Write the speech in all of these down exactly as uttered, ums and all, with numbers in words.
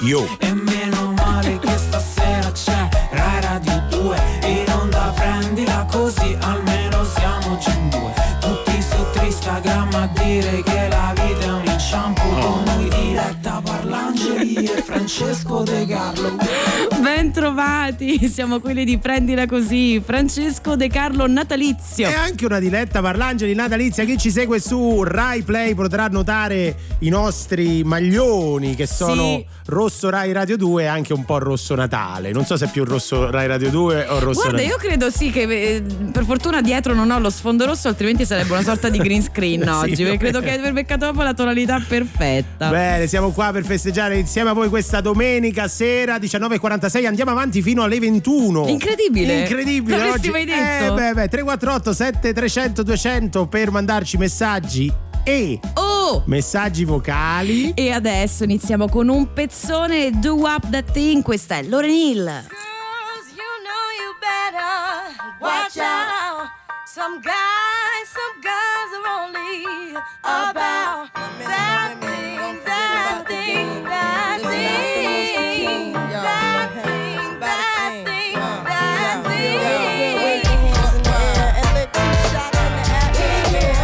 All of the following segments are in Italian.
Yo. E meno male che stasera c'è Rai Radio due, in onda prendila così almeno siamo già in due. Tutti su Instagram a dire che la vita è un inciampo, con noi Diletta Parlangeli e Francesco De Carlo. Ben trovati, siamo quelli di Prendila Così, Francesco De Carlo natalizio. E anche una Diletta Parlangeli natalizia. Chi ci segue su Rai Play potrà notare i nostri maglioni che sono sì. rosso Rai Radio due e anche un po' rosso Natale. Non so se è più rosso Rai Radio due o rosso Guarda, Natale. io credo sì che eh, per fortuna dietro non ho lo sfondo rosso, altrimenti sarebbe una sorta di green screen oggi, sì, perché credo che aver beccato proprio la tonalità perfetta. Bene, siamo qua per festeggiare insieme a voi questa domenica sera diciannove e quarantasei. Andiamo avanti fino alle ventuno. Incredibile. Incredibile. L'avresti oggi. mai detto? Eh, beh, beh, tre quattro otto sette trecento duecento per mandarci messaggi e Oh! messaggi vocali. E adesso iniziamo con un pezzone, Do Up That Thing, questa è Lauryn Hill. Girls, you know you better watch out. Some guys, some girls are only about that thing, that thing, that thing, that thing, that thing, that thing. Wave your hands in the air and let two shots in the atmosphere.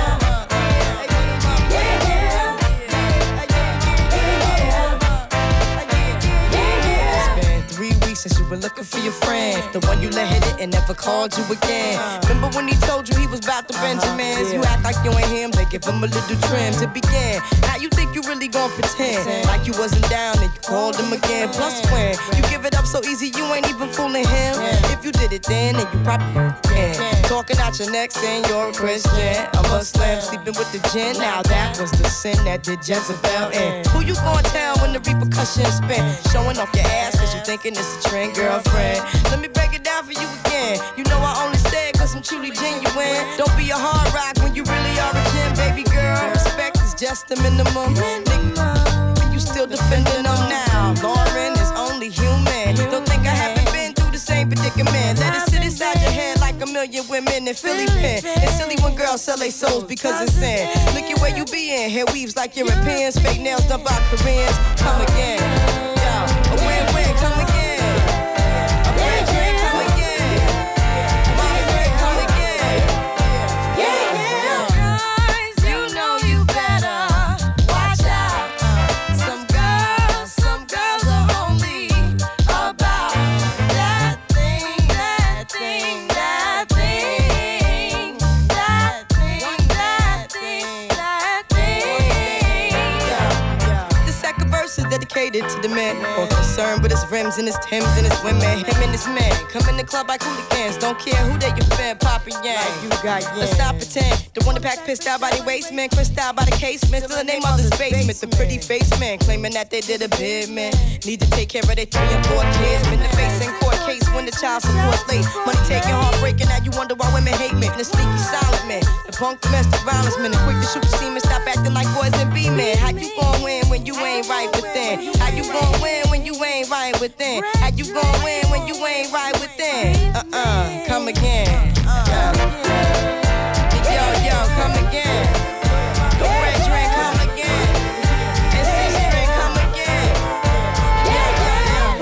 It's been three weeks since you were looking for your friend, the one you let hit it and never called you again. Remember when he told you he was about to Benjamins? You act like you ain't him, they give him a little trim to begin. How you think you really gon' pretend like you wasn't down and you called him again? Plus when you give it up so easy, you ain't even fooling him. If you did it then, then you probably can. Talking out your neck saying you're a Christian, a Muslim, sleeping with the gin. Now that was the sin that did Jezebel in. Who you gon' tell when the repercussions spin? Showing off your ass cause you thinking it's a trend, girlfriend. Let me break it down for you again. You know I only say it cause I'm truly genuine. Don't be a hard rock when you really are a gem, baby girl. Respect is just the minimum. Nigga, you still defending them now. Lauren is only human. Don't think I haven't been through the same predicament. Let it sit inside your head like a million women in Philly pen. It's silly when girls sell their souls because it's sin. Look at where you be in. Hair weaves like Europeans. Fake nails done by Koreans. Come again. Yo, a win-win, come again. Dedicated to the man, more concerned with his rims and his Timbs and his women. Him and his man come in the club like hooligans. Don't care who they your fan, Papa Yang. Like you got yeah. Let's not pretend. The one that pack pissed out by the waist man, crissed out by the casement. Still the name of the basement. The pretty face man claiming that they did a bid man. Need to take care of their three and four kids. Been the face in court case when the child support's late. Money taking, heartbreaking. Now you wonder why women hate men. The sneaky silent man, the punk domestic violence man, the quick to shoot the semen. Stop acting like boys and be men. How you gon' win when you ain't right within? How you gon' win when you ain't right within? How you gon' win when you ain't right within? Uh-uh, come again. Uh. Yo, yo, come again. The red drink, come again. And six drink, come again. Yeah, yeah, yeah.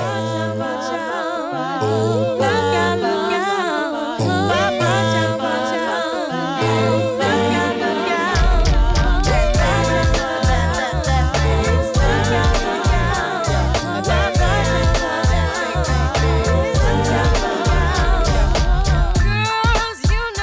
Girls, you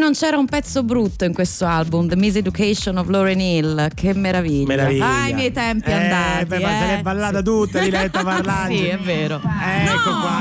non c'era un pezzo brutto in questo album, The Miseducation of Lauryn Hill. Che meraviglia. Meraviglia. Ah, i miei tempi eh, andati. Beh, eh. ma se l'è ballata tutta Diletta Parlangeli. Sì, è vero. Ecco no.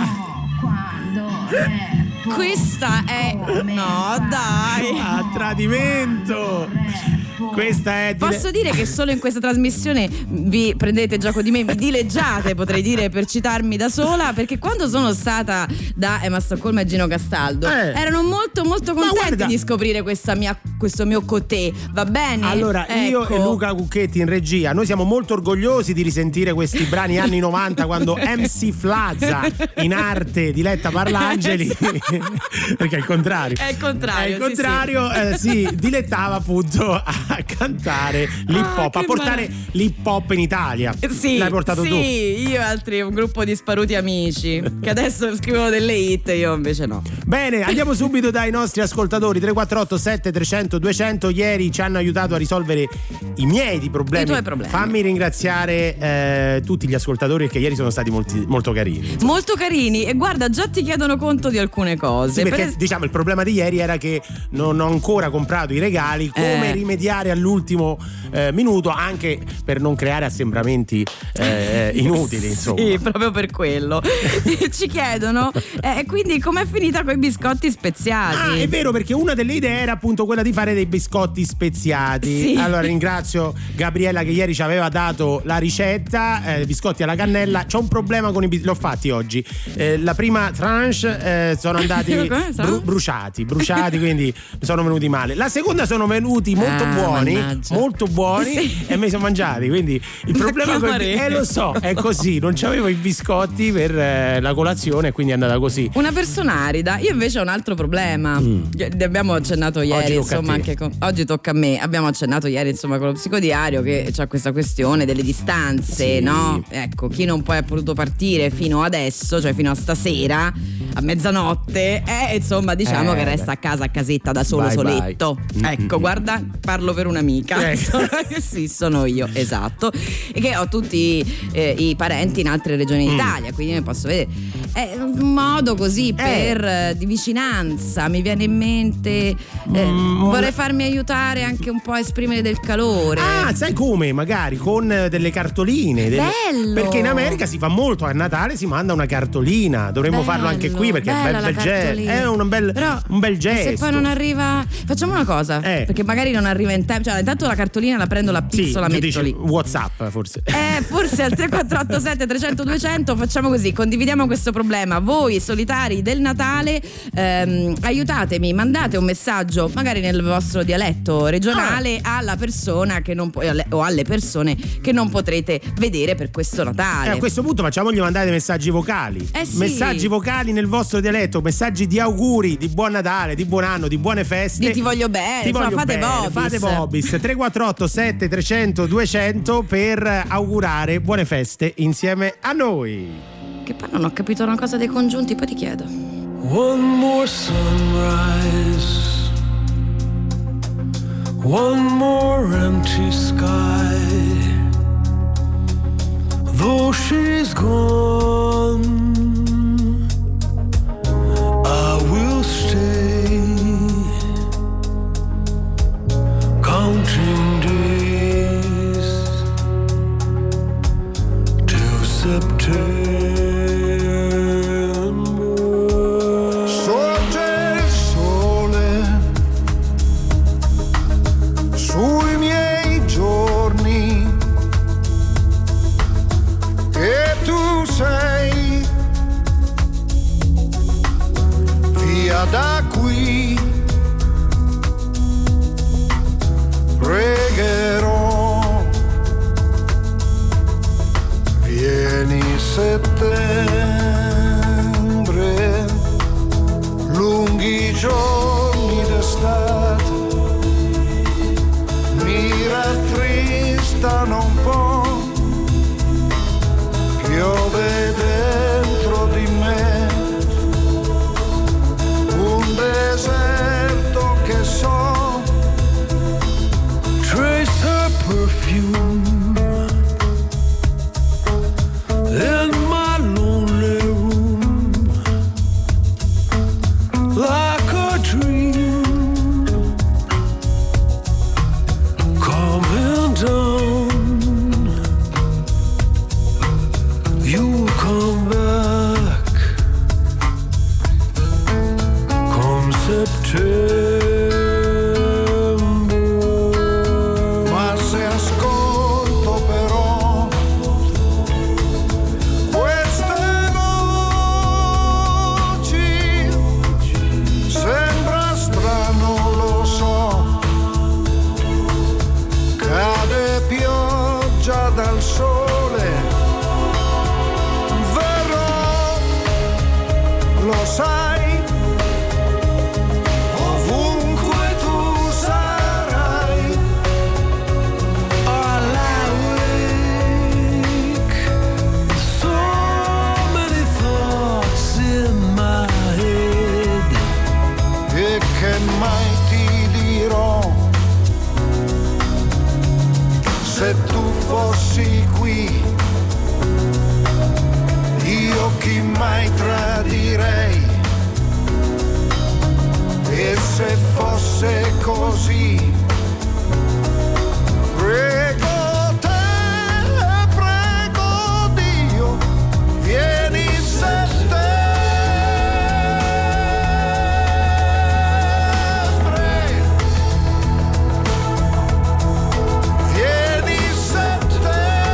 qua. Questa è. No, dai. A tradimento. Questa è dile... Posso dire che solo in questa trasmissione vi prendete gioco di me, mi dileggiate, potrei dire, per citarmi da sola, perché quando sono stata da Emma Stoccolma e Gino Castaldo eh. erano molto molto contenti guarda... di scoprire questa mia, questo mio cotè, va bene? Allora ecco. Io e Luca Cucchetti in regia, noi siamo molto orgogliosi di risentire questi brani anni novanta quando M C Flazza in arte Diletta Parlangeli perché è il contrario è il contrario, è il contrario sì, sì. Eh, si dilettava appunto a cantare l'hip hop, ah, a portare male. l'hip hop in Italia. Sì, l'hai portato sì, tu. Sì, io e altri, un gruppo di sparuti amici che adesso scrivono delle hit, io invece no. Bene, andiamo subito dai nostri ascoltatori. Tre quattro otto sette trecento duecento ieri ci hanno aiutato a risolvere i miei di problemi. I tuoi problemi. Fammi ringraziare eh, tutti gli ascoltatori che ieri sono stati molti, molto carini. Molto carini, e guarda, già ti chiedono conto di alcune cose. Sì, perché per... diciamo il problema di ieri era che non ho ancora comprato i regali, come eh. rimediare all'ultimo eh, minuto, anche per non creare assembramenti eh, inutili, insomma. Sì, proprio per quello. Ci chiedono e eh, quindi com'è finita con i biscotti speziati? Ah, è vero, perché una delle idee era appunto quella di fare dei biscotti speziati. Sì. Allora ringrazio Gabriella che ieri ci aveva dato la ricetta, eh, biscotti alla cannella. C'ho un problema con i biscotti, l'ho fatti oggi. Eh, la prima tranche eh, sono andati bru- bruciati, bruciati, quindi sono venuti male. La seconda sono venuti molto ah, buoni, mannaggia. molto buoni sì. e me li sono mangiati. Quindi il problema con eh lo so, è così, non c'avevo i biscotti per eh, la colazione, quindi è andata così. Una persona arida. Io invece ho un altro problema. Mm. Ne abbiamo accennato ieri, oggi insomma, anche con, oggi tocca a me. Abbiamo accennato ieri, insomma, con lo psicodiario che c'è questa questione delle distanze, sì. no? Ecco, chi non poi è potuto partire fino adesso, cioè fino a stasera a mezzanotte, eh, insomma, diciamo eh, che resta beh. a casa a casetta da solo, bye soletto. Bye. Ecco, mm-hmm. guarda, parlo per un'amica. Ecco. Sì, sono io, esatto. E che ho tutti eh, i parenti in altre regioni mm. d'Italia, quindi ne posso vedere. È un modo così per eh. di vicinanza, mi viene in mente eh, mm, vorrei farmi aiutare anche un po' a esprimere del calore. Ah, sai come? Magari con delle cartoline. Delle... Bello! Perché in America si fa molto, a Natale si manda una cartolina. Dovremmo bello, farlo anche qui perché è, bel, bel ge- è un bel, però, un bel gesto. Se poi non arriva, facciamo una cosa, eh. perché magari non arriva in tempo. Cioè, intanto la cartolina la prendo, la pizzo, sì, la metto dici lì. WhatsApp forse. Eh, forse al tre quattro otto sette trecento duecento facciamo così, condividiamo questo problema. Voi solitari del Natale, ehm, aiutatemi, mandate un messaggio magari nel vostro dialetto regionale ah. alla persona che non po- o alle persone che non potrete vedere per questo Natale. Eh, a questo punto facciamogli mandare messaggi vocali. Eh sì. Messaggi vocali nel vostro dialetto, messaggi di auguri, di buon Natale, di buon anno, di buone feste. Di ti voglio bene, ti insomma, voglio fate bene, bobis. Fate bobis. tre quattro otto sette trecento duecento per augurare buone feste insieme a noi. Che poi non ho capito una cosa dei congiunti, poi ti chiedo. One more sunrise, one more empty sky. Though she's gone, I will stay, counting days till September. Sui miei giorni al sole, verrò, lo sai, ovunque tu sarai. All awake, so many thoughts in my head, e che mai ti dirò se tu fossi qui, io chi mai tradirei, e se fosse così, prego te, prego Dio, vieni sempre, vieni sempre.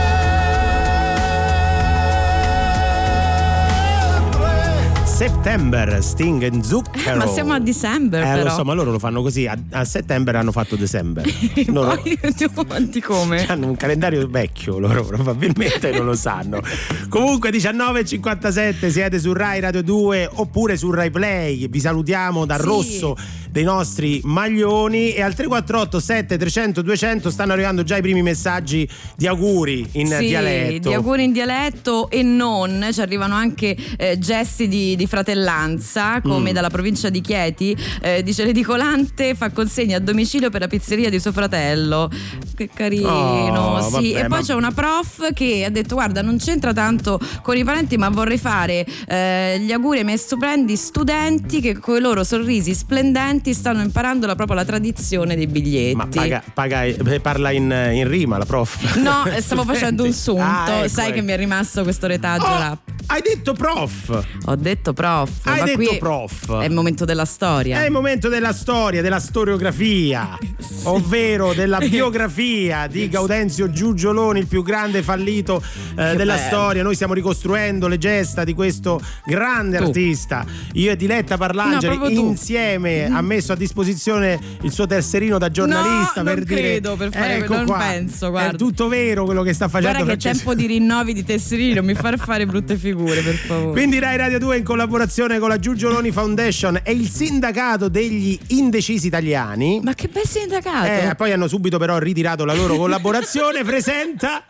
September, Sting e Zucchero. Ma siamo a December, Eh, però. lo so, ma loro lo fanno così. A, a settembre hanno fatto December. Loro Poi andiamo avanti come? hanno un calendario vecchio, loro probabilmente non lo sanno. Comunque diciannove e cinquantasette, siete su Rai Radio due oppure su Rai Play. Vi salutiamo dal Sì. rosso dei nostri maglioni, e al tre quattro otto sette trecento duecento stanno arrivando già i primi messaggi di auguri in Sì, dialetto. di auguri in dialetto e non, ci arrivano anche eh, gesti di, di fratellanza, come Mm. dalla provincia di Chieti. Eh, dice l'edicolante fa consegna a domicilio per la pizzeria di suo fratello. Che carino. Oh, Sì. vabbè, E poi ma- c'è una prof che ha detto: guarda, non c'entra tanto con i parenti, ma vorrei fare eh, gli auguri ai miei stupendi studenti che con i loro sorrisi splendenti stanno imparando la, proprio la tradizione dei biglietti. Ma paga, paga- eh, parla in, in rima la prof. No, stavo facendo un sunto. Ah, ecco, Sai ecco. che mi è rimasto questo retaggio Oh, rap. hai detto prof. Ho detto prof. Hai ma detto qui prof. È il momento della storia. È il momento della storia, della storiografia, ovvero della biografia di Gaudenzio Giugioloni, il più grande fallito eh, della bello. storia. Noi stiamo ricostruendo le gesta di questo grande Tu. artista. Io e Diletta Parlangeli No, proprio tu. insieme ha messo a disposizione il suo tesserino da giornalista No, per non dire credo, per fare- ecco non qua, penso, è guarda. tutto vero quello che sta facendo Guarda che Francesco. tempo di rinnovi di tesserini, non mi far fare brutte figure, per favore. Quindi Rai Radio due in collaborazione con la Giugioloni Foundation e il sindacato degli indecisi italiani. Ma che bel sindacato! Eh, poi hanno subito però ritirato la loro collaborazione. Presenta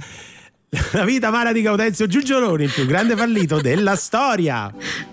La vita amara di Gaudenzio Giugioloni, il più grande fallito della storia.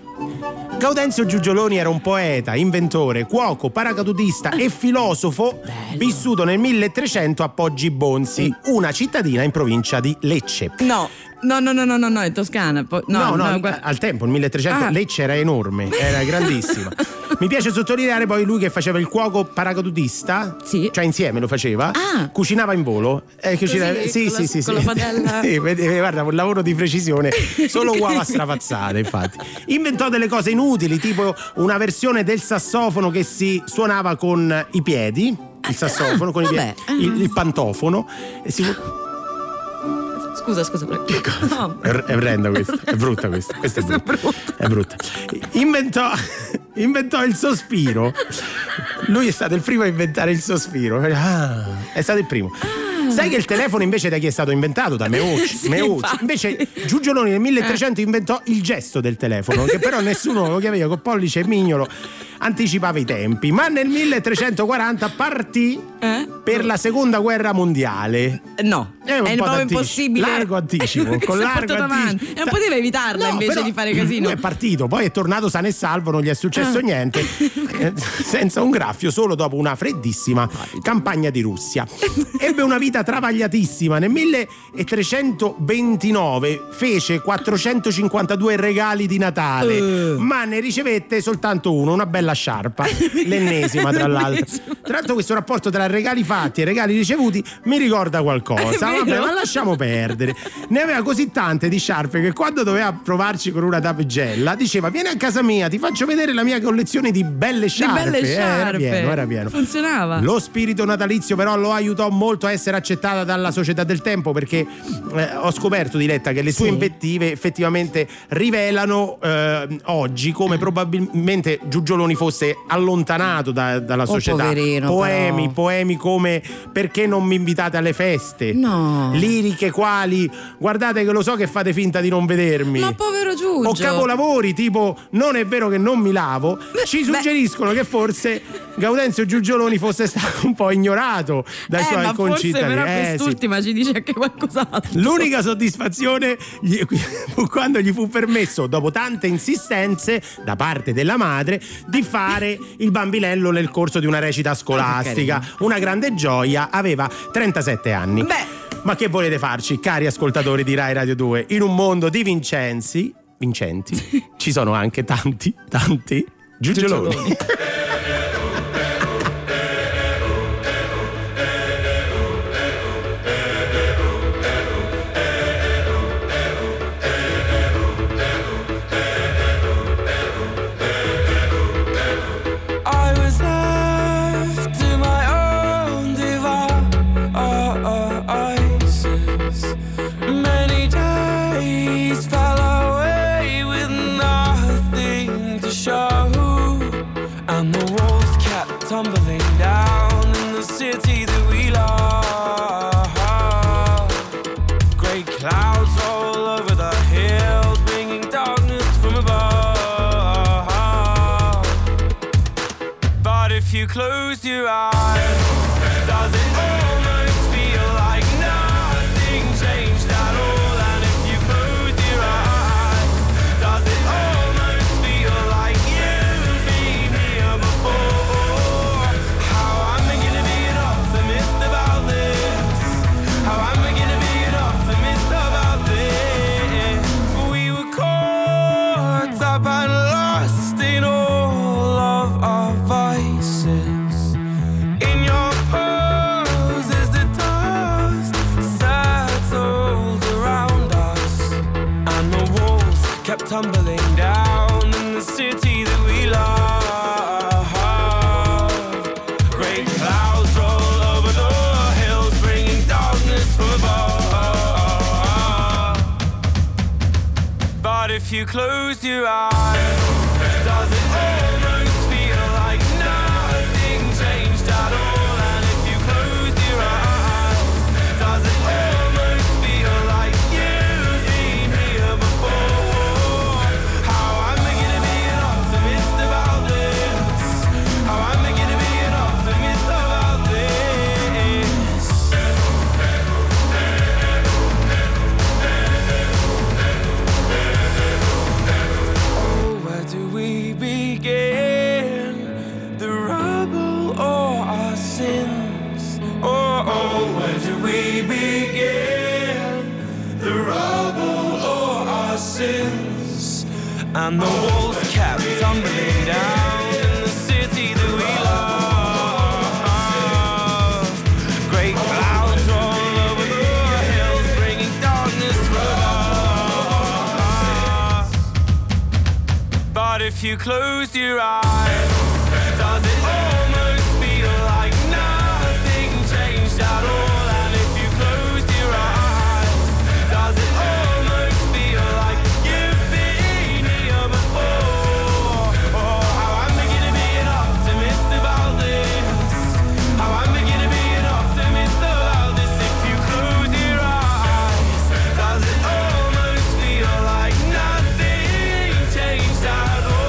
Gaudenzio Giugioloni era un poeta, inventore, cuoco, paracadutista e filosofo vissuto nel milletrecento a Poggi Bonzi, una cittadina in provincia di Lecce. No, no, no, no, no, no, no, in Toscana. Po- No, no, no, guarda- al tempo, nel milletrecento, Ah. Lecce era enorme, era grandissima. Mi piace sottolineare poi lui che faceva il cuoco paracadutista, Sì. cioè insieme lo faceva, Ah. cucinava in volo. Eh, cucinava- Così, sì, con sì, la- sì, con sì. la padella. Sì, vedi, guarda, un lavoro di precisione, solo uova strapazzate, infatti. Inventò delle cose inutili, tipo una versione del sassofono che si suonava con i piedi, il sassofono, con i vabbè. piedi, il, il pantofono, e si Scusa, scusa, prego. No. È, è orrenda questa, è brutta questa, questa è brutta. È brutta. Inventò, inventò il sospiro. Lui è stato il primo a inventare il sospiro. Ah, è stato il primo. Sai che il telefono invece da chi è stato inventato? Da Meucci. Sì, Meucci. infatti. Invece Giugioloni nel milletrecento inventò il gesto del telefono, che però nessuno lo chiamava, con pollice e mignolo anticipava i tempi. Ma nel milletrecentoquaranta partì Eh? per la seconda guerra mondiale. No, È un è po' proprio d'anticipo. impossibile. Largo anticipo, Che con si è largo portato anticipo. avanti. E non poteva evitarla, No, invece però di fare casino. lui è partito, poi è tornato sano e salvo, non gli è successo Ah. niente, eh, senza un graffio, solo dopo una freddissima campagna di Russia. Ebbe una vita travagliatissima. Nel milletrecentoventinove fece quattrocentocinquantadue regali di Natale, Uh. ma ne ricevette soltanto uno, una bella sciarpa, l'ennesima tra l'altro. Tra l'altro questo rapporto tra regali fatti e regali ricevuti mi ricorda qualcosa. È Vabbè, vero? ma lasciamo perdere. Ne aveva così tante di sciarpe che quando doveva provarci con una damigella diceva: vieni a casa mia, ti faccio vedere la mia collezione di belle sciarpe. belle Eh, era sciarpe. pieno, era pieno. Funzionava. Lo spirito natalizio però lo aiutò molto a essere accettata dalla società del tempo, perché eh, ho scoperto, Diletta, che le sue Sì. invettive effettivamente rivelano eh, oggi come probabilmente Giugioloni fosse allontanato da, dalla società. Oh, poverino, poemi, però. poemi come perché non mi invitate alle feste? No. Liriche quali guardate che lo so che fate finta di non vedermi. Ma povero Giugio. O capolavori tipo non è vero che non mi lavo, ci Beh. suggeriscono che forse Gaudenzio Giugioloni fosse stato un po' ignorato dai eh, suoi ma concittadini. forse però Eh, quest'ultima sì. ci dice anche qualcos'altro. L'unica soddisfazione gli, fu quando gli fu permesso, dopo tante insistenze da parte della madre, di fare il bambilello nel corso di una recita scolastica. Una grande gioia, aveva trentasette anni. Beh. Ma che volete farci, cari ascoltatori di Rai Radio due? In un mondo di Vincenzi, vincenti, ci sono anche tanti, tanti Giugioloni. Giugioloni. Tumbling down in the city that we love. Great clouds all over the hills, bringing darkness from above. But if you close your eyes, does it almost feel like nothing changed at all? And if you close your eyes, does it almost feel like you've been here before? Tumbling down in the city that we love. Great clouds roll over the hills, bringing darkness from above. But if you close your eyes, does it almost feel like nothing changed at all? And if you close your eyes, does it almost feel like you've been here before? And the walls kept tumbling down in the city that we love. Great clouds roll over the hills, bringing darkness from above. But if you close your eyes, does it almost feel like nothing changed at all? And if you close your eyes, does it almost feel like you've been here before? Oh, how I'm beginning to be an optimist about this. How I'm beginning to be an optimist about this. If you close your eyes, does it almost feel like nothing changed at all?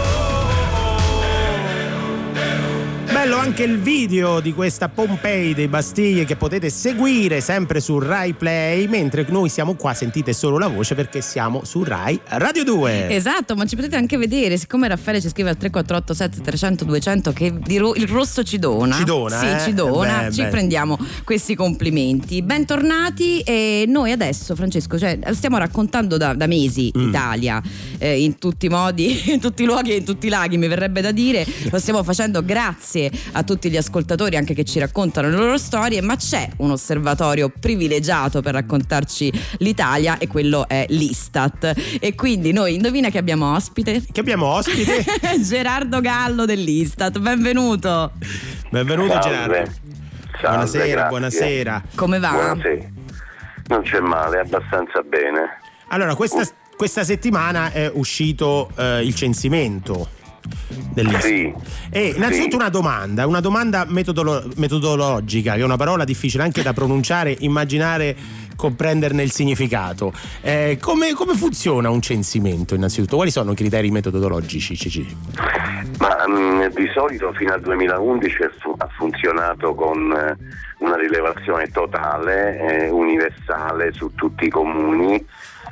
Bello anche il video di questa Pompei dei Bastiglie che potete seguire sempre su Rai Play, mentre noi siamo qua, sentite solo la voce perché siamo su Rai Radio due. Esatto, ma ci potete anche vedere, siccome Raffaele ci scrive al tre quattro otto sette trecento duecento che di ro- il rosso ci dona. Ci dona, Sì, eh? ci dona, Beh, ci beh. prendiamo questi complimenti. Bentornati e noi adesso, Francesco, cioè stiamo raccontando da, da mesi Mm. Italia, eh, in tutti i modi, in tutti i luoghi e in tutti i laghi, mi verrebbe da dire. Lo stiamo facendo grazie a tutti gli ascoltatori anche che ci raccontano le loro storie, ma c'è un osservatorio privilegiato per raccontarci l'Italia e quello è l'Istat. E quindi noi, indovina che abbiamo ospite? Che abbiamo ospite? Gerardo Gallo dell'Istat, benvenuto. Benvenuto Salve. Gerardo. Salve, Buonasera, grazie. buonasera. Come va? Buonasera. Non c'è male, abbastanza bene. Allora, questa, questa settimana è uscito eh, il censimento. Bellissimo. Sì. E innanzitutto sì. una domanda, una domanda metodolo- metodologica, che è una parola difficile anche da pronunciare, immaginare, comprenderne il significato. Eh, come, come funziona un censimento innanzitutto? Quali sono i criteri metodologici, Cici? Ma mh, di solito fino al duemilaundici fu- ha funzionato con eh, una rilevazione totale, eh, universale su tutti i comuni,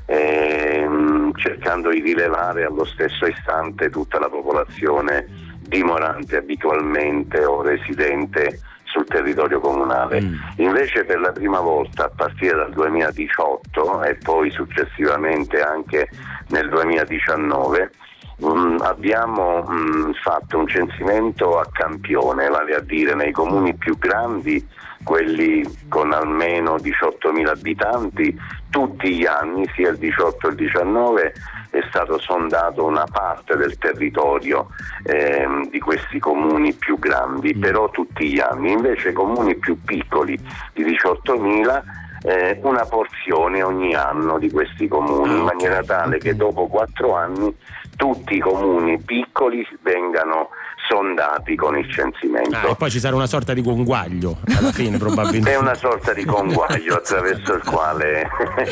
ehm, cercando di rilevare allo stesso istante tutta la popolazione dimorante abitualmente o residente sul territorio comunale. Mm. Invece per la prima volta a partire dal duemiladiciotto e poi successivamente anche nel duemiladiciannove mh, abbiamo mh, fatto un censimento a campione, vale a dire nei comuni più grandi, quelli con almeno diciottomila abitanti, tutti gli anni, sia il diciotto che il diciannove, è stato sondato una parte del territorio ehm, di questi comuni più grandi, però tutti gli anni. Invece i comuni più piccoli di diciottomila, eh, una porzione ogni anno di questi comuni, in maniera tale che dopo quattro anni tutti i comuni piccoli vengano sondati con il censimento. Ah, e poi ci sarà una sorta di conguaglio alla fine, probabilmente. È una sorta di conguaglio attraverso il quale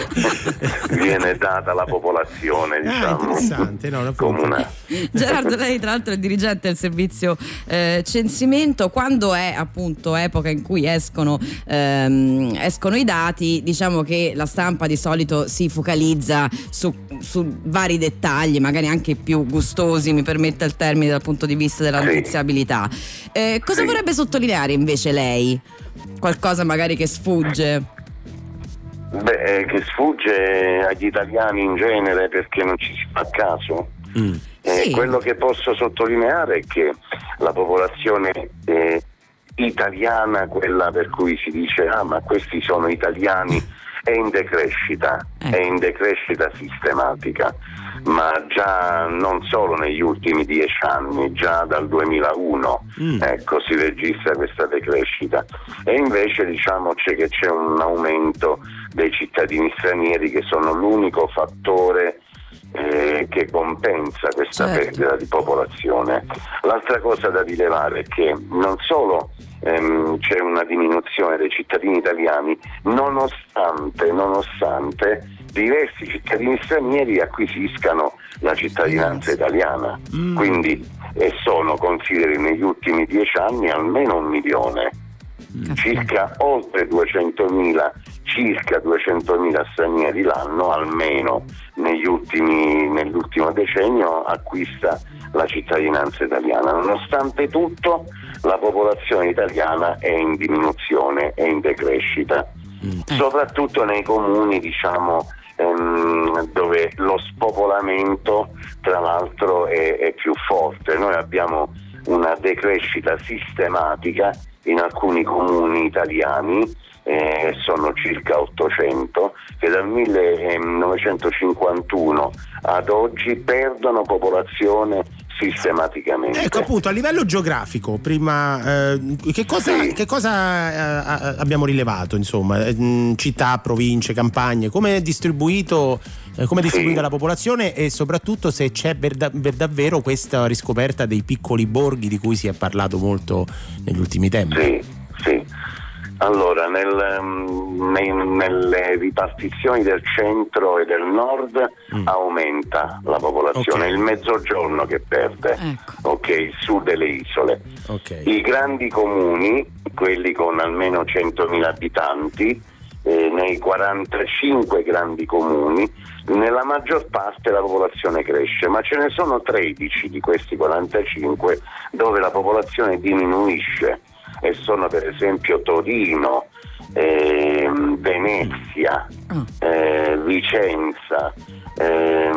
viene data la popolazione, diciamo, ah, interessante, no, comunale. Gerardo, lei tra l'altro è dirigente del servizio eh, censimento. Quando è appunto epoca in cui escono, ehm, escono i dati, diciamo che la stampa di solito si focalizza su, su vari dettagli, magari anche più gustosi, mi permetta il termine, dal punto di vista della notiziabilità. Eh, cosa sì. vorrebbe sottolineare invece lei? Qualcosa magari che sfugge? Beh, che sfugge agli italiani in genere perché non ci si fa caso. Mm. Eh, sì. Quello che posso sottolineare è che la popolazione eh, italiana, quella per cui si dice ah ma questi sono italiani, è in decrescita, eh. è in decrescita sistematica, ma già non solo negli ultimi dieci anni, già dal duemilauno mm. ecco, si registra questa decrescita. E invece diciamo c'è che c'è un aumento dei cittadini stranieri, che sono l'unico fattore eh, che compensa questa certo. perdita di popolazione. L'altra cosa da rilevare è che non solo ehm, c'è una diminuzione dei cittadini italiani, nonostante, nonostante diversi cittadini stranieri acquisiscano la cittadinanza italiana, mm. quindi e sono, consideri, negli ultimi dieci anni almeno un milione, mm. circa oltre duecentomila, circa duecentomila stranieri l'anno almeno negli ultimi, nell'ultimo decennio acquista la cittadinanza italiana. Nonostante tutto la popolazione italiana è in diminuzione, è in decrescita, mm. soprattutto nei comuni, diciamo, dove lo spopolamento tra l'altro è, è più forte. Noi abbiamo una decrescita sistematica in alcuni comuni italiani, eh, sono circa ottocento, che dal millenovecentocinquantuno ad oggi perdono popolazione sistematicamente. Ecco, appunto, a livello geografico, prima eh, che cosa, sì. che cosa eh, abbiamo rilevato, insomma, eh, città, province, campagne, come è distribuito, eh, come è distribuita sì. la popolazione, e soprattutto se c'è per, da, per davvero questa riscoperta dei piccoli borghi di cui si è parlato molto negli ultimi tempi. Sì, sì. Allora, nel, nei, nelle ripartizioni del centro e del nord mm. aumenta la popolazione, okay. il mezzogiorno che perde, ecco. ok, il sud e le isole. Okay. I grandi comuni, quelli con almeno centomila abitanti, eh, nei quarantacinque grandi comuni, nella maggior parte la popolazione cresce, ma ce ne sono tredici di questi quarantacinque dove la popolazione diminuisce. E sono per esempio Torino, eh, Venezia, eh, Vicenza, eh,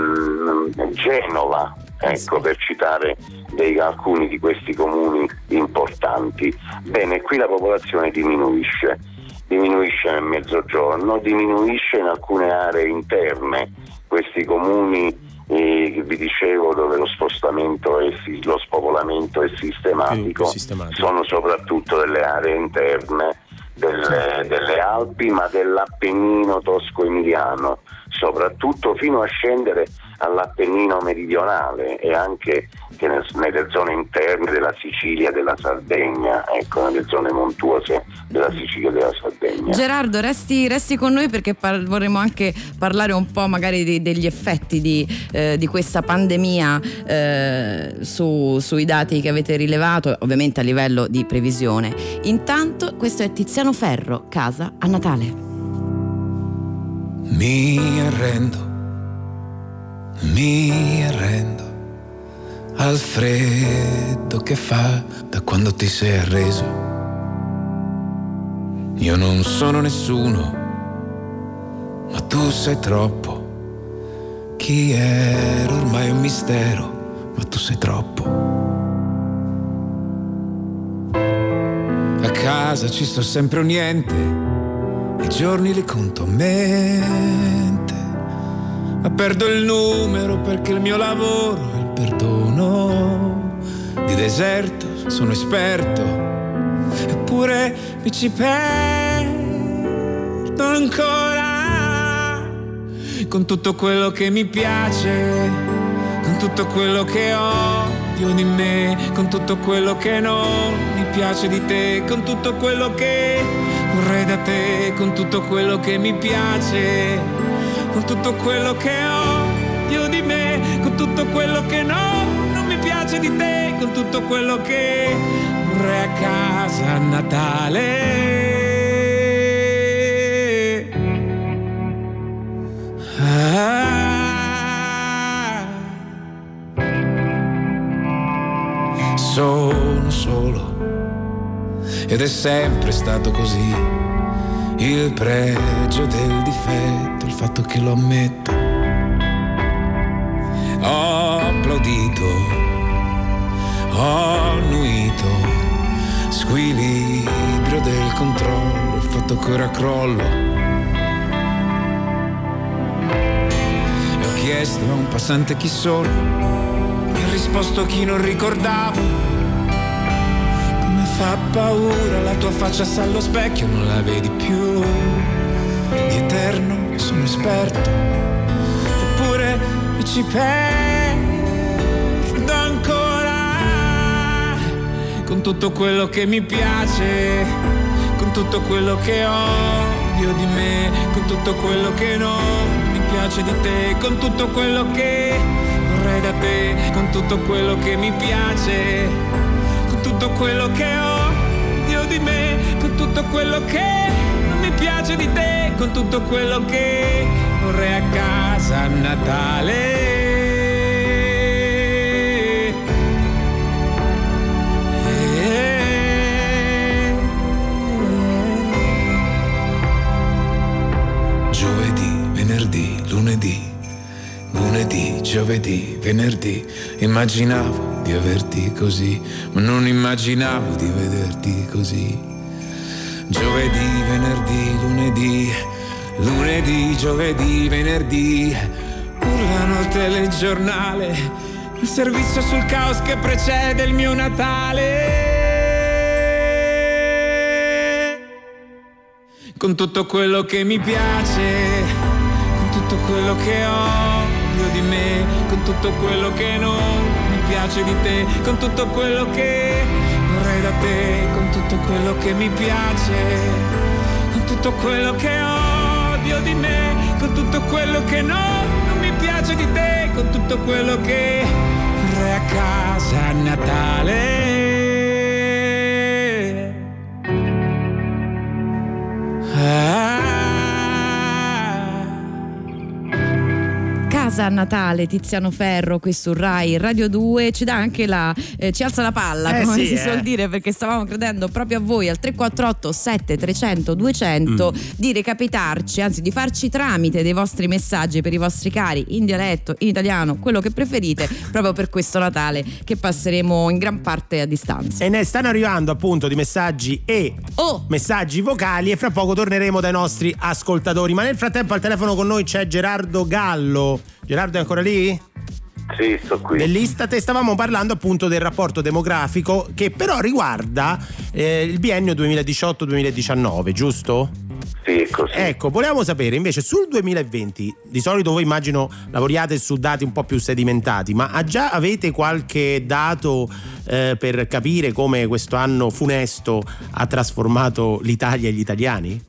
Genova, ecco, per citare dei, alcuni di questi comuni importanti. Bene, qui la popolazione diminuisce, diminuisce nel mezzogiorno, diminuisce in alcune aree interne, questi comuni E che vi dicevo dove lo spostamento e lo spopolamento è sistematico, sistematico, sono soprattutto delle aree interne delle, delle Alpi, ma dell'Appennino tosco-emiliano, soprattutto fino a scendere all'Appennino meridionale e anche che nelle zone interne della Sicilia e della Sardegna, ecco, nelle zone montuose della Sicilia e della Sardegna. Gerardo, resti, resti con noi perché par- vorremmo anche parlare un po' magari di, degli effetti di, eh, di questa pandemia eh, su, sui dati che avete rilevato, ovviamente a livello di previsione. Intanto questo è Tiziano Ferro, Casa a Natale. Mi arrendo, mi arrendo al freddo che fa da quando ti sei arreso. Io non sono nessuno, ma tu sei troppo. Chi ero ormai è un mistero, ma tu sei troppo. A casa ci sto sempre o niente, i giorni li conto a mente, ma perdo il numero perché il mio lavoro è il perdono. Di deserto sono esperto, eppure mi ci perdo ancora. Con tutto quello che mi piace, con tutto quello che odio di me, con tutto quello che non mi piace di te, con tutto quello che vorrei da te, con tutto quello che mi piace, con tutto quello che odio di me, con tutto quello che no, non mi piace di te, con tutto quello che vorrei a casa a Natale. Ah, sono solo ed è sempre stato così. Il pregio del difetto, il fatto che lo ammetto. Ho applaudito, ho annuito, squilibrio del controllo, il fatto che ora crollo. E ho chiesto a un passante chi sono, mi ha risposto chi non ricordavo. Fa paura la tua faccia se allo specchio non la vedi più. Di eterno sono esperto, eppure mi ci perdo ancora. Con tutto quello che mi piace, con tutto quello che odio di me, con tutto quello che non mi piace di te, con tutto quello che vorrei da te, con tutto quello che mi piace, tutto quello che odio di me, con tutto quello che non mi piace di te, con tutto quello che vorrei a casa a Natale. Giovedì, venerdì, lunedì, lunedì, giovedì, venerdì, immaginavo di averti così, ma non immaginavo di vederti così. Giovedì, venerdì, lunedì, lunedì, giovedì, venerdì, urlano al telegiornale, il servizio sul caos che precede il mio Natale. Con tutto quello che mi piace, con tutto quello che odio di me, con tutto quello che non mi piace di te, con tutto quello che vorrei da te, con tutto quello che mi piace, con tutto quello che odio di me, con tutto quello che no, non mi piace di te, con tutto quello che vorrei a casa a Natale. Ah. Casa a Natale, Tiziano Ferro qui su Rai Radio due, ci dà anche la eh, ci alza la palla, eh come sì, si eh. suol dire, perché stavamo credendo proprio a voi al tre quattro otto sette trecento duecento mm. di recapitarci, anzi di farci tramite dei vostri messaggi per i vostri cari in dialetto, in italiano, quello che preferite, proprio per questo Natale che passeremo in gran parte a distanza. E ne stanno arrivando appunto di messaggi e oh. messaggi vocali e fra poco torneremo dai nostri ascoltatori, ma nel frattempo al telefono con noi c'è Gerardo Gallo. Gerardo è ancora lì? Sì, sto qui. Dell'Istat, e stavamo parlando appunto del rapporto demografico che però riguarda eh, il biennio duemiladiciotto duemiladiciannove, giusto? Sì, è così. Ecco, volevamo sapere invece sul duemilaventi, di solito voi immagino lavoriate su dati un po' più sedimentati, ma già avete qualche dato eh, per capire come questo anno funesto ha trasformato l'Italia e gli italiani?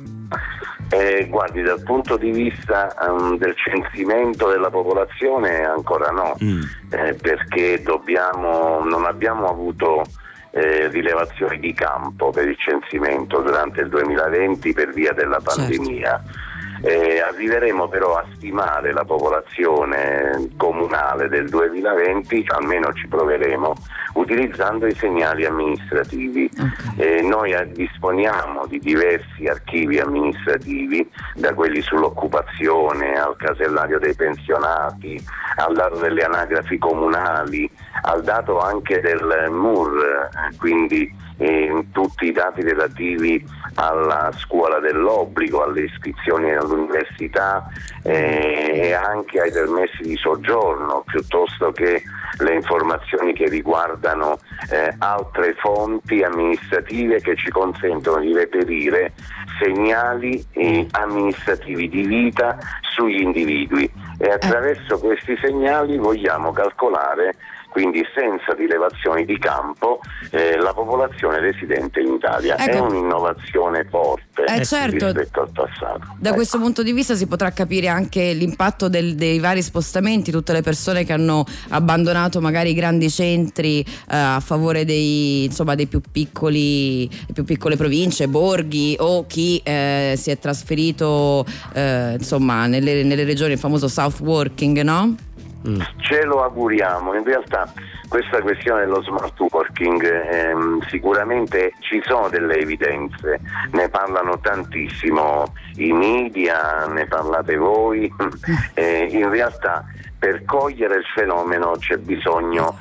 Eh, guardi, dal punto di vista um, del censimento della popolazione ancora no, mm. eh, perché dobbiamo, non abbiamo avuto eh, rilevazioni di campo per il censimento durante il duemilaventi per via della pandemia. Certo. Eh, arriveremo però a stimare la popolazione comunale del duemilaventi, almeno ci proveremo, utilizzando i segnali amministrativi. Okay. Eh, noi disponiamo di diversi archivi amministrativi, da quelli sull'occupazione al casellario dei pensionati, al dato delle anagrafi comunali, al dato anche del M U R, quindi eh, tutti i dati relativi alla scuola dell'obbligo, alle iscrizioni all'università eh, e anche ai permessi di soggiorno, piuttosto che le informazioni che riguardano eh, altre fonti amministrative che ci consentono di reperire segnali eh, amministrativi di vita sugli individui, e attraverso questi segnali vogliamo calcolare, quindi senza rilevazioni di campo, eh, la popolazione residente in Italia. Ecco. È un'innovazione forte eh, certo. rispetto al passato. Da ecco. questo punto di vista si potrà capire anche l'impatto del, dei vari spostamenti, tutte le persone che hanno abbandonato magari i grandi centri eh, a favore dei, insomma, dei più piccoli, più piccole province, borghi, o chi eh, si è trasferito eh, insomma nelle, nelle regioni, il famoso South Working, no? Mm. Ce lo auguriamo. In realtà questa questione dello smart working ehm, sicuramente ci sono delle evidenze, ne parlano tantissimo i media, ne parlate voi, eh, in realtà per cogliere il fenomeno c'è bisogno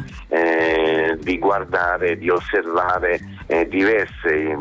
eh, di guardare, di osservare eh, diverse,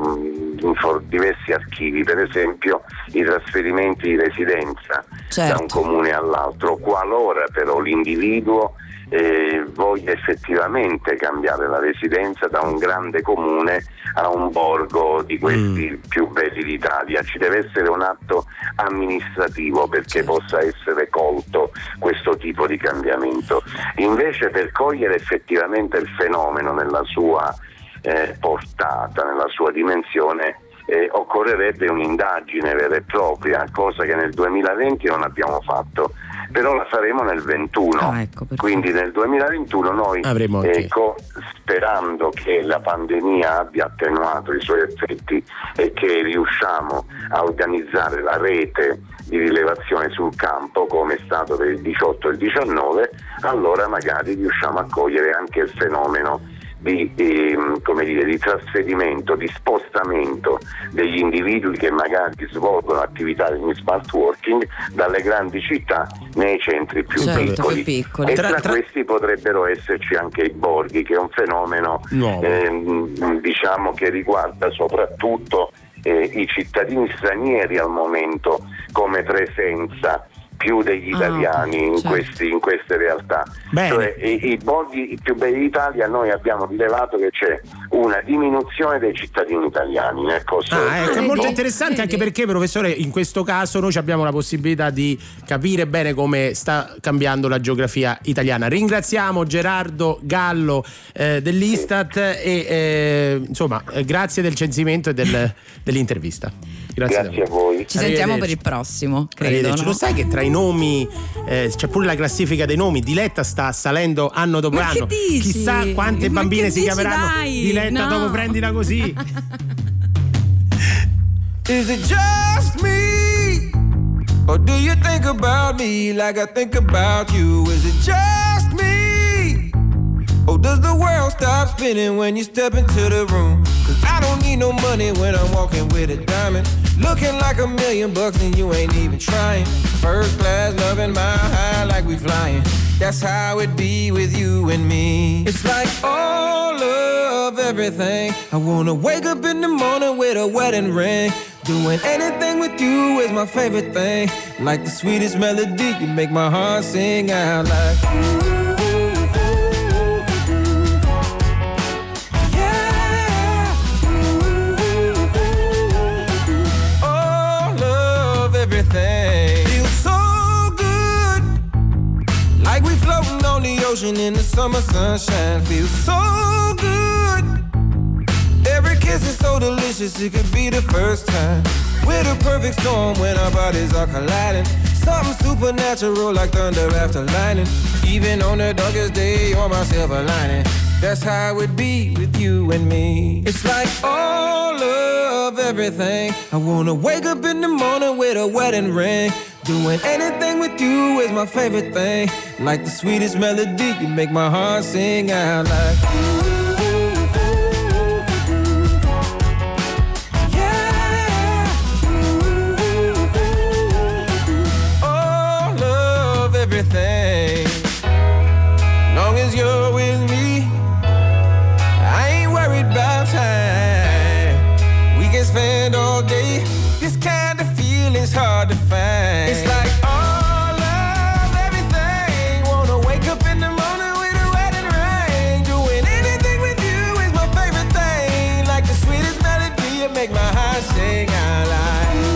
mh, diversi archivi, per esempio i trasferimenti di residenza. Certo. Da un comune all'altro, qualora però l'individuo eh, voglia effettivamente cambiare la residenza da un grande comune a un borgo di questi mm. più belli d'Italia. Ci deve essere un atto amministrativo perché certo. possa essere colto questo tipo di cambiamento. Invece, per cogliere effettivamente il fenomeno nella sua eh, portata, nella sua dimensione, Eh, occorrerebbe un'indagine vera e propria, cosa che nel duemilaventi non abbiamo fatto, però la faremo nel ventuno. Ah, ecco, quindi nel duemilaventuno noi ecco, sperando che la pandemia abbia attenuato i suoi effetti e che riusciamo a organizzare la rete di rilevazione sul campo come è stato per il diciotto e il diciannove, allora magari riusciamo a cogliere anche il fenomeno di, eh, come dire, di trasferimento, di spostamento degli individui che magari svolgono attività di smart working dalle grandi città nei centri più certo, piccoli. piccoli. E tra, tra questi potrebbero esserci anche i borghi, che è un fenomeno eh, diciamo che riguarda soprattutto eh, i cittadini stranieri al momento come presenza più degli italiani ah, in, certo. questi, in queste realtà. Bene. Cioè i, i borghi più belli d'Italia, noi abbiamo rilevato che c'è una diminuzione dei cittadini italiani nel corso ah, del ecco, è molto interessante vedi. Anche perché, professore, in questo caso noi abbiamo la possibilità di capire bene come sta cambiando la geografia italiana. Ringraziamo Gerardo Gallo eh, dell'Istat sì. e eh, insomma eh, grazie del censimento e del, dell'intervista. Grazie, grazie a voi. Ci sentiamo per il prossimo, credo, no? Lo sai che tra i nomi eh, c'è pure la classifica dei nomi. Diletta sta salendo anno dopo Ma anno. Che dici? Chissà quante Ma bambine che si dici, chiameranno dai? Diletta No. dopo prendila così. Is it just me? Or do you think about me like I think about you? Is it just me? Or does the world stop spinning when you step into the room? Cause I don't need no money when I'm walking with a diamond. Looking like a million bucks and you ain't even trying. First class loving my high like we flying. That's how it be with you and me. It's like all of everything. I wanna wake up in the morning with a wedding ring. Doing anything with you is my favorite thing. Like the sweetest melody, you make my heart sing out like ooh. ocean in the summer sunshine feels so good. Every kiss is so delicious, it could be the first time. We're the perfect storm when our bodies are colliding. Something supernatural like thunder after lightning. Even on the darkest day, you're my silver lining. That's how it would be with you and me. It's like all of everything. I wanna wake up in the morning with a wedding ring. Doing anything with you is my favorite thing. Like the sweetest melody, you make my heart sing out like ooh. Everything, long as you're with me, I ain't worried about time. We can spend all day. This kind of feeling's hard to find. It's like all of everything. Wanna wake up in the morning with a wedding ring. Doing anything with you is my favorite thing. Like the sweetest melody, you make my heart sing out loud.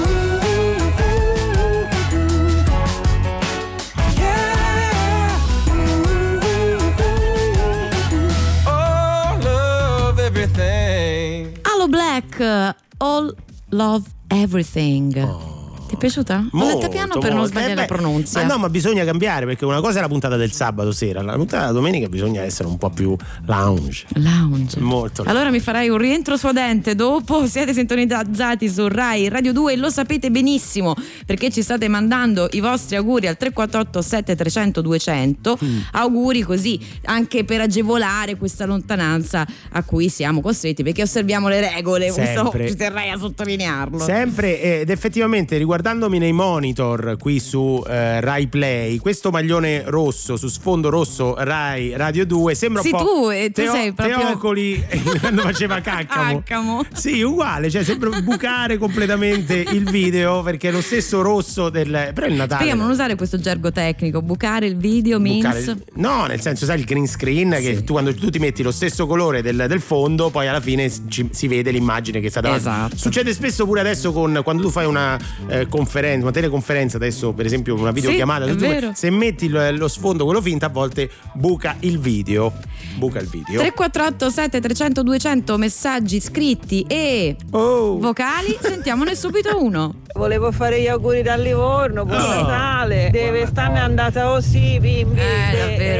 Aloe Black, All Love Everything. Oh. Ti è piaciuta? Ho letto piano per non sbagliare eh la pronunzia. Ma no, ma bisogna cambiare, perché una cosa è la puntata del sabato sera, la puntata della domenica bisogna essere un po' più lounge. Lounge. Molto. Allora mi farai un rientro suadente dopo. Siete sintonizzati su Rai Radio due e lo sapete benissimo, perché ci state mandando i vostri auguri al tre quattro otto sette tre zero zero duecento. Mm. Auguri così anche per agevolare questa lontananza a cui siamo costretti, perché osserviamo le regole. Questo ci terrei a sottolinearlo. Sempre, ed effettivamente riguardandomi nei monitor qui su eh, Rai Play, questo maglione rosso su sfondo rosso Rai Radio due sembra sì, un po' tu, e tu teo- sei proprio Teocoli quando faceva Caccamo. Caccamo. Sì, uguale, cioè sembra bucare completamente il video, perché è lo stesso rosso del però il Natale. Spieghiamo, non usare questo gergo tecnico, bucare il video means il, no, nel senso, sai, il green screen, sì, che tu quando tu ti metti lo stesso colore del, del fondo, poi alla fine ci, si vede l'immagine che sta davanti. Esatto. Succede spesso pure adesso con quando tu fai una eh, conferenza, una teleconferenza, adesso per esempio una videochiamata, sì, tu, se metti lo, lo sfondo quello finto, a volte buca il video buca il video. tre quattro otto sette tre zero zero duecento messaggi scritti e oh. vocali, sentiamone subito uno. Volevo fare gli auguri da Livorno, buon oh. Natale. Deve starne andata così, bimbi. Eh, davvero.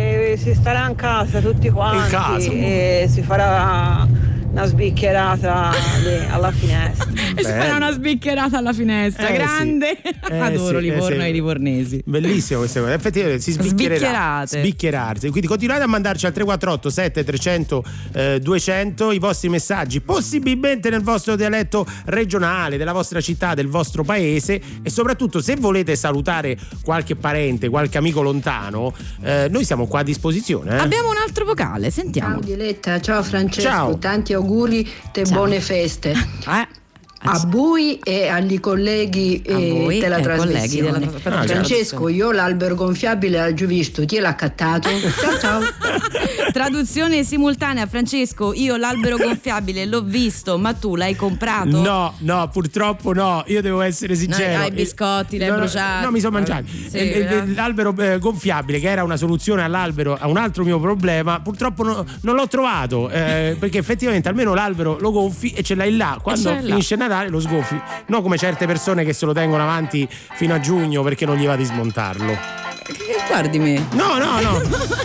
E si starà in casa tutti quanti. In casa. E si farà una sbicchierata alla finestra. E si farà una sbicchierata alla finestra, eh, grande. Sì. Eh, Adoro sì, Livorno eh, sì. e i livornesi. Bellissimo queste cose. Effettivamente si sbicchiererà. Sbicchierate. Sbicchierarsi. Quindi continuate a mandarci al tre quattro otto sette tre zero zero duecento i vostri messaggi, possibilmente nel vostro dialetto regionale, della vostra città, del vostro paese, e soprattutto se volete salutare qualche parente, qualche amico lontano, eh, noi siamo qua a disposizione. Eh? Abbiamo un altro vocale, sentiamo. Ciao Diletta, ciao Francesco, ciao. Tanti auguri, te Ciao. buone feste. Eh. A voi e agli colleghi eh, della trasmissione. Della tra- ah, Francesco, io l'albero gonfiabile l'ho già visto, ti l'ha accattato? Ciao ciao. Traduzione simultanea, Francesco, io l'albero gonfiabile l'ho visto, ma tu l'hai comprato? No, no, purtroppo no, io devo essere sincero. No, hai biscotti, l'hai no, bruciato. No, mi sono mangiati. Sì, eh, l'albero eh, gonfiabile, che era una soluzione all'albero, a un altro mio problema, purtroppo no, non l'ho trovato, eh, perché effettivamente almeno l'albero lo gonfi e ce l'hai là, quando finisce là. Natale lo sgonfi, non come certe persone che se lo tengono avanti fino a giugno perché non gli va di smontarlo. Guardi me. No, no, no.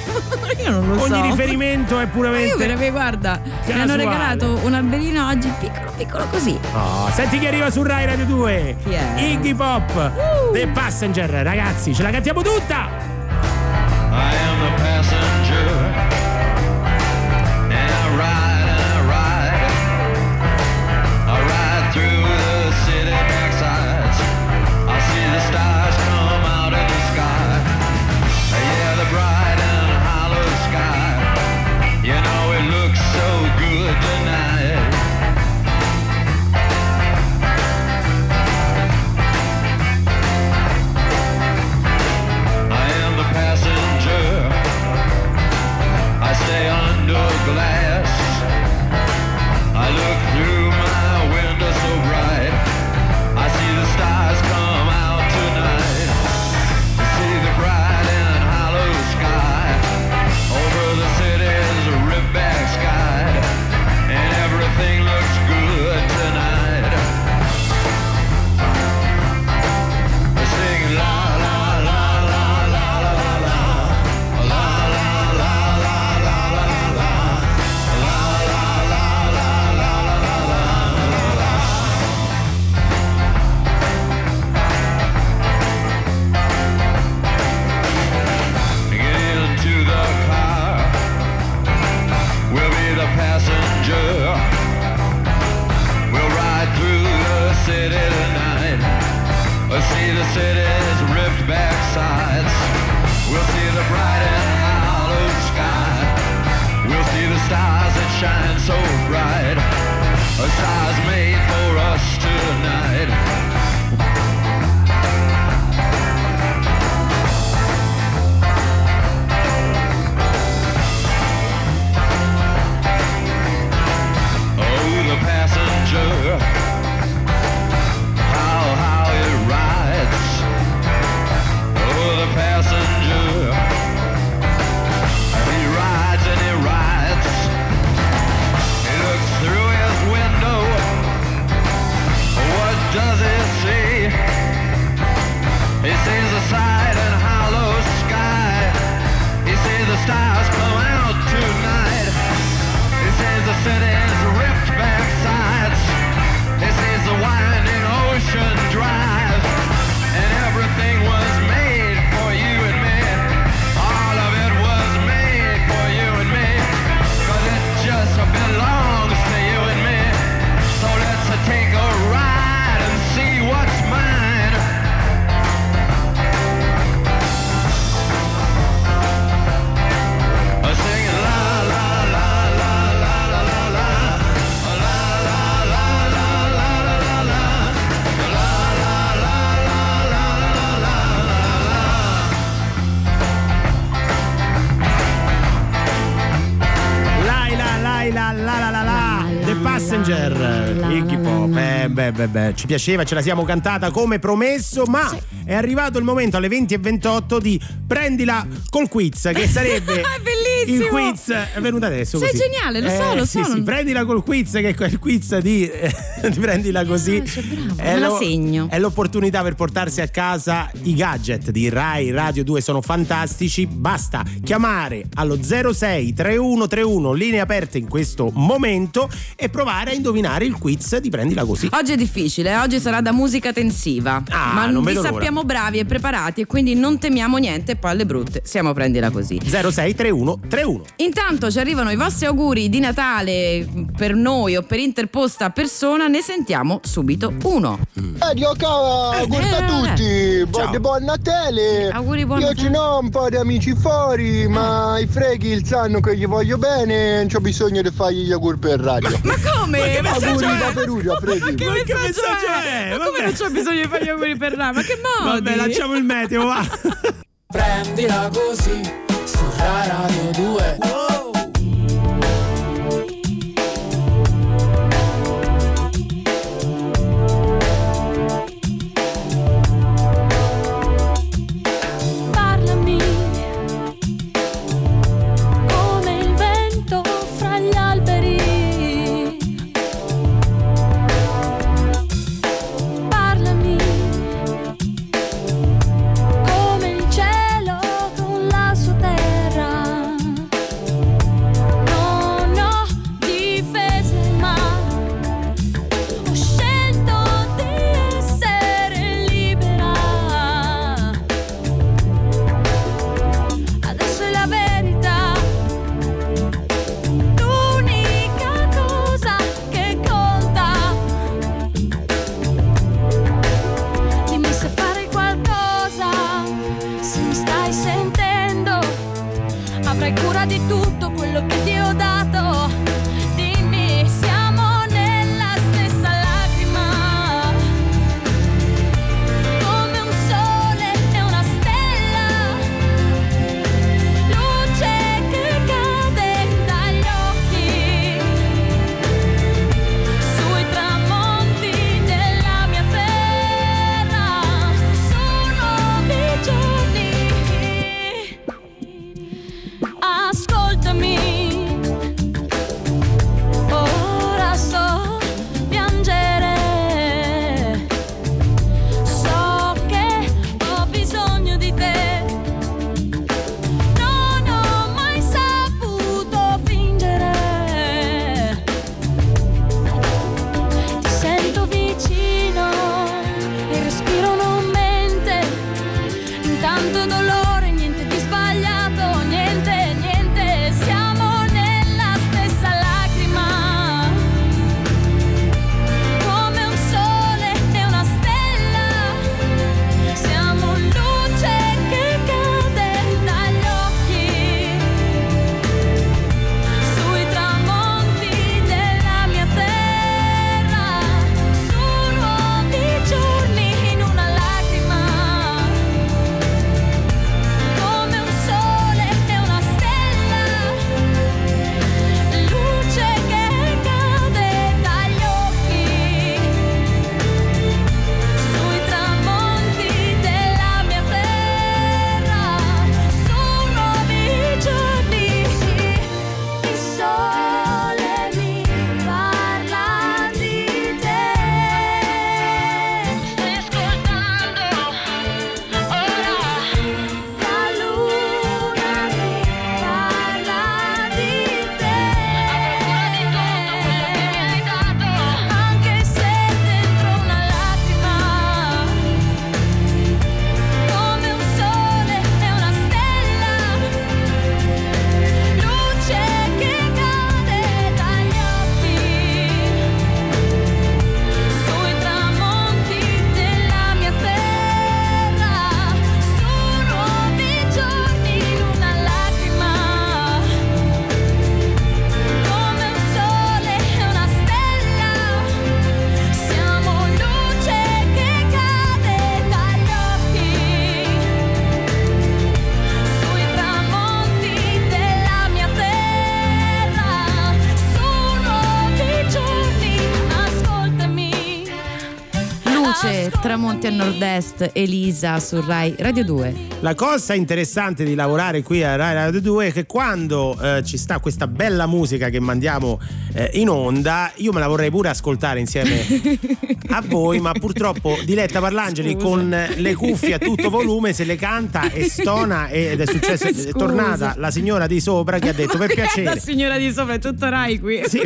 Io non lo Ogni so. riferimento è puramente. Io perché guarda, mi hanno regalato un alberino oggi piccolo piccolo così. Oh, senti chi arriva su Rai Radio due. Chi è? Iggy Pop, uh. The Passenger, ragazzi, ce la cantiamo tutta. I am the passenger and I ride and I ride I ride through the city backsides. I see the stars come out of the sky. Yeah, the bright and hollow sky. You know it looks so good tonight. I am the passenger stars that shine so bright, stars made for us tonight. Oh, the passenger, how, how it rides. Oh, the passenger, he rides and he rides. He looks through his window. What does he see? He sees the side and hollow sky. He sees the stars come out tonight. He sees the city's ripped back sides. He sees the winding ocean drive. And everything was made for you and me. All of it was made for you and me. Cause it just belongs to you and me. So let's take a ride and see what's mine. Uh, Singing la la la la la la la la. Uh, La la la la la la la la. Uh, La la la la la la la Laila, Laila, la la la la, The Passenger, Iggy Pop. Eh, beh, beh, beh, ci piaceva, ce la siamo cantata come promesso, ma è arrivato il momento alle venti e ventotto di prendila col quiz, che sarebbe È bellissimo. il quiz. È venuto adesso. Sei così. geniale, lo so, Eh, lo sì, so. Sì, prendila col quiz, che è il quiz di, di prendila così. Ah, cioè, bravo, È me la lo- segno. È l'opportunità per portarsi a casa i gadget di Rai Radio due, sono fantastici. Basta chiamare allo zero sei trentuno trentuno, linee aperte in questo momento, e provare a indovinare il quiz di prendila così. Oggi è difficile, oggi sarà da musica tensiva. Ah, ma non vi vedo l'ora. sappiamo bravi e preparati, e quindi non temiamo niente, e poi alle brutte siamo a prendila così. zero sei trentuno trentuno. Intanto ci arrivano i vostri auguri di Natale per noi o per interposta persona, ne sentiamo subito uno. Radio Cava, Eh, auguri a eh, tutti, buon, Ciao. buon Natale. Auguri, buon Io Natale. ce n'ho un po' di amici fuori, ma i freghi il sanno che gli voglio bene, non c'ho bisogno di fargli gli auguri per radio. Ma come? Ma che Auguri messaggio da è? Perugia, Ma che freghi. Ma che messaggio messaggio è? è? Ma come Vabbè. non c'ho bisogno di fare gli auguri per là? Ma che modi? Vabbè, lanciamo il meteo, va. Prendila così su Rai Radio due. Parlami come il vento fra gli alberi. Parlami come il cielo con la sua terra. Non ho difese ma ho scelto di essere libera. Adesso è la verità, l'unica cosa che conta. Dimmi se fare qualcosa, se mi stai sentendo. Avrai cura di tutto quello che ti ho dato. Dimmi, siamo nella stessa lacrima, come un sole e una stella, luce che cade dagli occhi, sui tramonti della mia terra. Sono nuovi giorni, ascoltami, Piemonte a Nord-Est, Elisa su Rai Radio due. La cosa interessante di lavorare qui a Rai Radio due è che quando eh, ci sta questa bella musica che mandiamo eh, in onda, io me la vorrei pure ascoltare insieme a voi, ma purtroppo Diletta Parlangeli Scusa. con le cuffie a tutto volume se le canta e stona, ed è successo, è tornata la signora di sopra che ha detto per piacere. La signora di sopra è tutto Rai qui. Sì,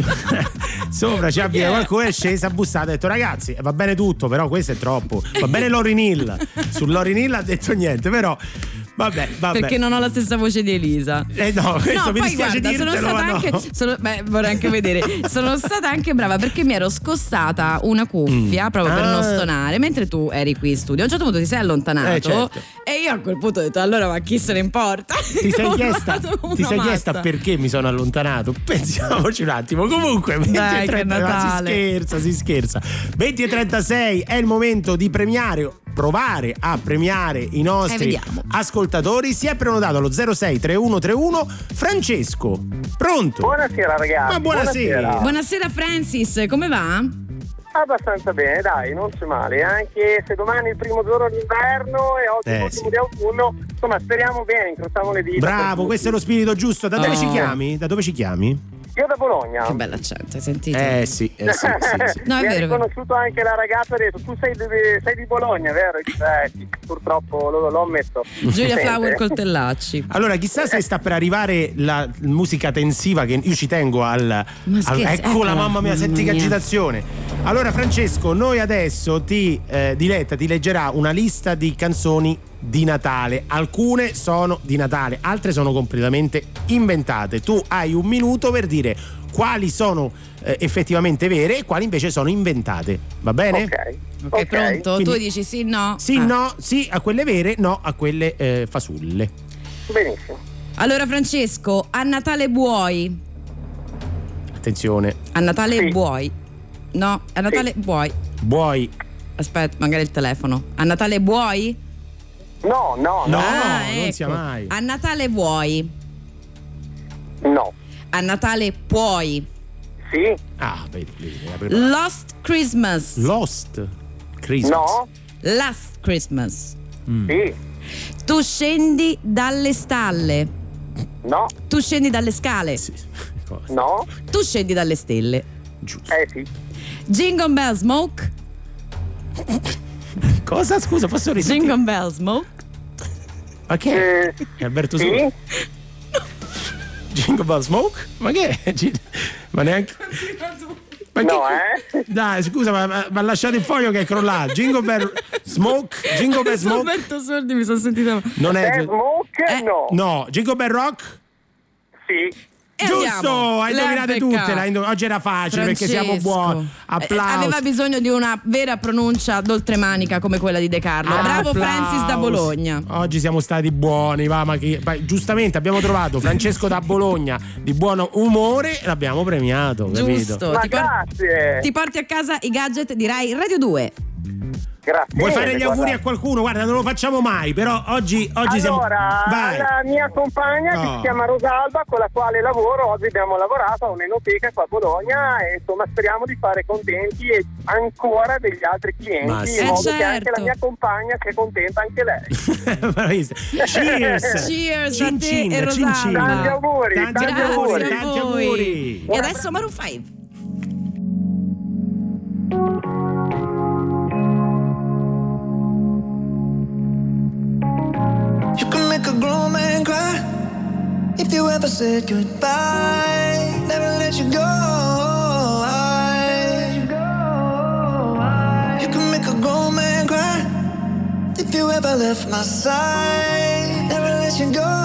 sopra ci avvia qualcuno, è scesa, ha bussato, ha detto ragazzi va bene tutto, però questo è troppo, va bene Lauryn Hill, su Lauryn Hill ha detto niente, però vabbè, vabbè. Perché non ho la stessa voce di Elisa. Eh no, questo no, mi poi dispiace guarda, sono dirtelo, stata ma anche no. sono, beh, vorrei anche vedere. Sono stata anche brava perché mi ero scostata una cuffia mm. proprio per ah. non stonare mentre tu eri qui in studio. A un certo punto ti sei allontanato eh, certo. e io a quel punto ho detto allora ma chi se ne importa? Ti sei chiesta, ti sei chiesta perché mi sono allontanato? Pensiamoci un attimo. Comunque venti e trenta, si scherza, si scherza. venti e trentasei è il momento di premiare, provare a premiare i nostri eh, ascoltatori. Si è prenotato allo zero sei tre uno tre uno Francesco. Pronto? Buonasera ragazzi. Ma buonasera. Buonasera, buonasera Francis, come va? Abbastanza bene, dai, non c'è male, anche se domani è il primo giorno d'inverno e oggi è eh, l'ultimo sì. di autunno, insomma speriamo bene, incrociamo le dita. Bravo, questo è lo spirito giusto. Da dove oh. ci chiami? Da dove ci chiami? Io da Bologna. Che bella accento, hai sentito? Eh sì, eh, sì, sì, sì. No, è Mi vero, ha riconosciuto anche la ragazza, ha detto tu sei di, sei di Bologna, vero? Eh, sì, purtroppo lo, l'ho ammesso. Giulia Flower Coltellacci. Allora chissà se sta per arrivare la musica tensiva, che io ci tengo al, al eccola, mamma mia, senti che agitazione. Allora Francesco, noi adesso ti eh, Diletta ti leggerà una lista di canzoni di Natale. Alcune sono di Natale, altre sono completamente inventate. Tu hai un minuto per dire quali sono eh, effettivamente vere e quali invece sono inventate. Va bene? Ok, ok, okay. pronto? Quindi, tu dici sì, no? Sì, ah. no, sì a quelle vere, no a quelle eh, fasulle. Benissimo. Allora Francesco, a Natale buoi. Attenzione. A Natale sì. buoi. No, a Natale sì. buoi. Buoi. Aspetta, magari il telefono. A Natale buoi? No, no, no. No, ah, non ecco. sia mai. A Natale vuoi? No. A Natale puoi? Sì. Ah, vedi, vedi. Lost Christmas. Lost Christmas. No. Last Christmas. Mm. Sì. Tu scendi dalle stalle. No. Tu scendi dalle scale. Sì. Cosa? No. Tu scendi dalle stelle. Giusto. Eh sì. Jingle Bell Smoke. Cosa? Scusa, posso ripetere? Jingle Bell Smoke. Ma che è? Eh, È Alberto sì. Solo? Jingle Bell Smoke? Ma che è? Ma neanche. Ma no, che... eh? Dai, scusa, ma, ma, ma lasciate il foglio che è crollato. Jingle Bell Smoke? Jingle Bell Smoke? Alberto Sordi mi sono sentita. Non è. Eh, smoke? Eh, no. No, Jingle Bell Rock? Sì. E Giusto, andiamo. hai Le indovinate ha tutte. beccate. L'hai indov- Oggi era facile Francesco. perché siamo buoni. Applausi. Eh, aveva bisogno di una vera pronuncia d'oltremanica come quella di De Carlo. Bravo Applausi. Francis da Bologna. Oggi siamo stati buoni, va, ma che, ma giustamente abbiamo trovato Francesco da Bologna di buon umore e l'abbiamo premiato, capito? Giusto. Ma Ti, por- grazie. ti porti a casa i gadget di Rai Radio due. Grazie. Vuoi fare gli guarda. auguri a qualcuno? Guarda, non lo facciamo mai, però oggi, oggi siamo. Allora, Vai. la mia compagna che No. si chiama Rosalba, con la quale lavoro, oggi abbiamo lavorato a un'enoteca qua a Bologna e insomma speriamo di fare contenti e ancora degli altri clienti, Ma sì. in Eh, modo che certo. anche la mia compagna sia contenta anche lei. Bravissima. Cheers. Cheers Cin a te cin, e cin Rosalba. cin. Tanti auguri, Tanti tanti auguri, auguri. tanti a voi. auguri. E adesso Maroon cinque. You can make a grown man cry if you ever said goodbye. Never let you go. You can make a grown man cry if you ever left my side. Never let you go.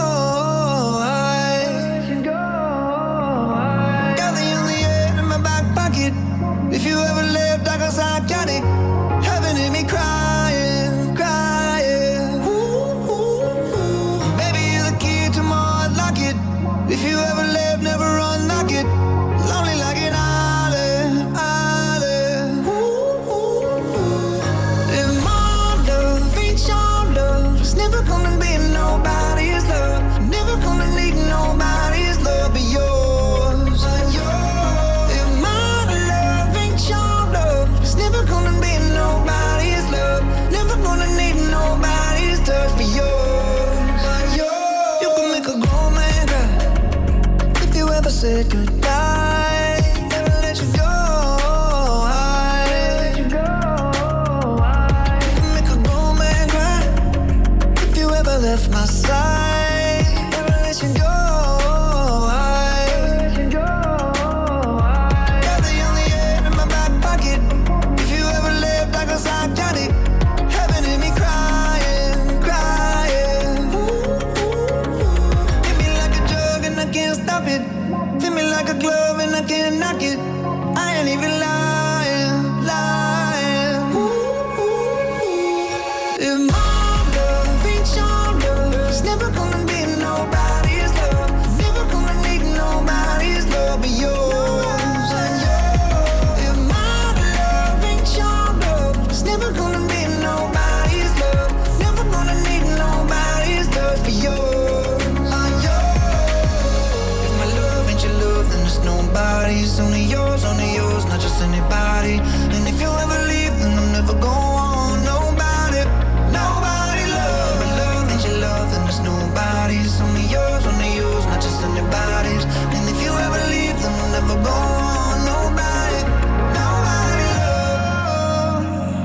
Got the only air in my back pocket. If you ever left, I guess I got it. Heaven in me crying, crying. Ooh, ooh, ooh. Baby, you're the key to my heart, lock it. If you ever left, never unlock it. Lonely like an island, island. Ooh, ooh, ooh. And my love, reach your love. It's never gonna be nobody's love. Never left my side. Never let you go. Can't knock it. I ain't even lying, lying. If my love ain't your love, it's never gonna be nobody's love. Never gonna need nobody's love but yours. If my love ain't your love, it's never gonna be nobody's love. Never gonna need nobody's love but yours. Nobody's only yours, only yours, not just anybody. And if you ever leave, then I'm never go on. Nobody, nobody love. My love ain't your love, then there's nobody's only yours, only yours, not just anybody's. And if you ever leave, then I'm never go on. Nobody, nobody love.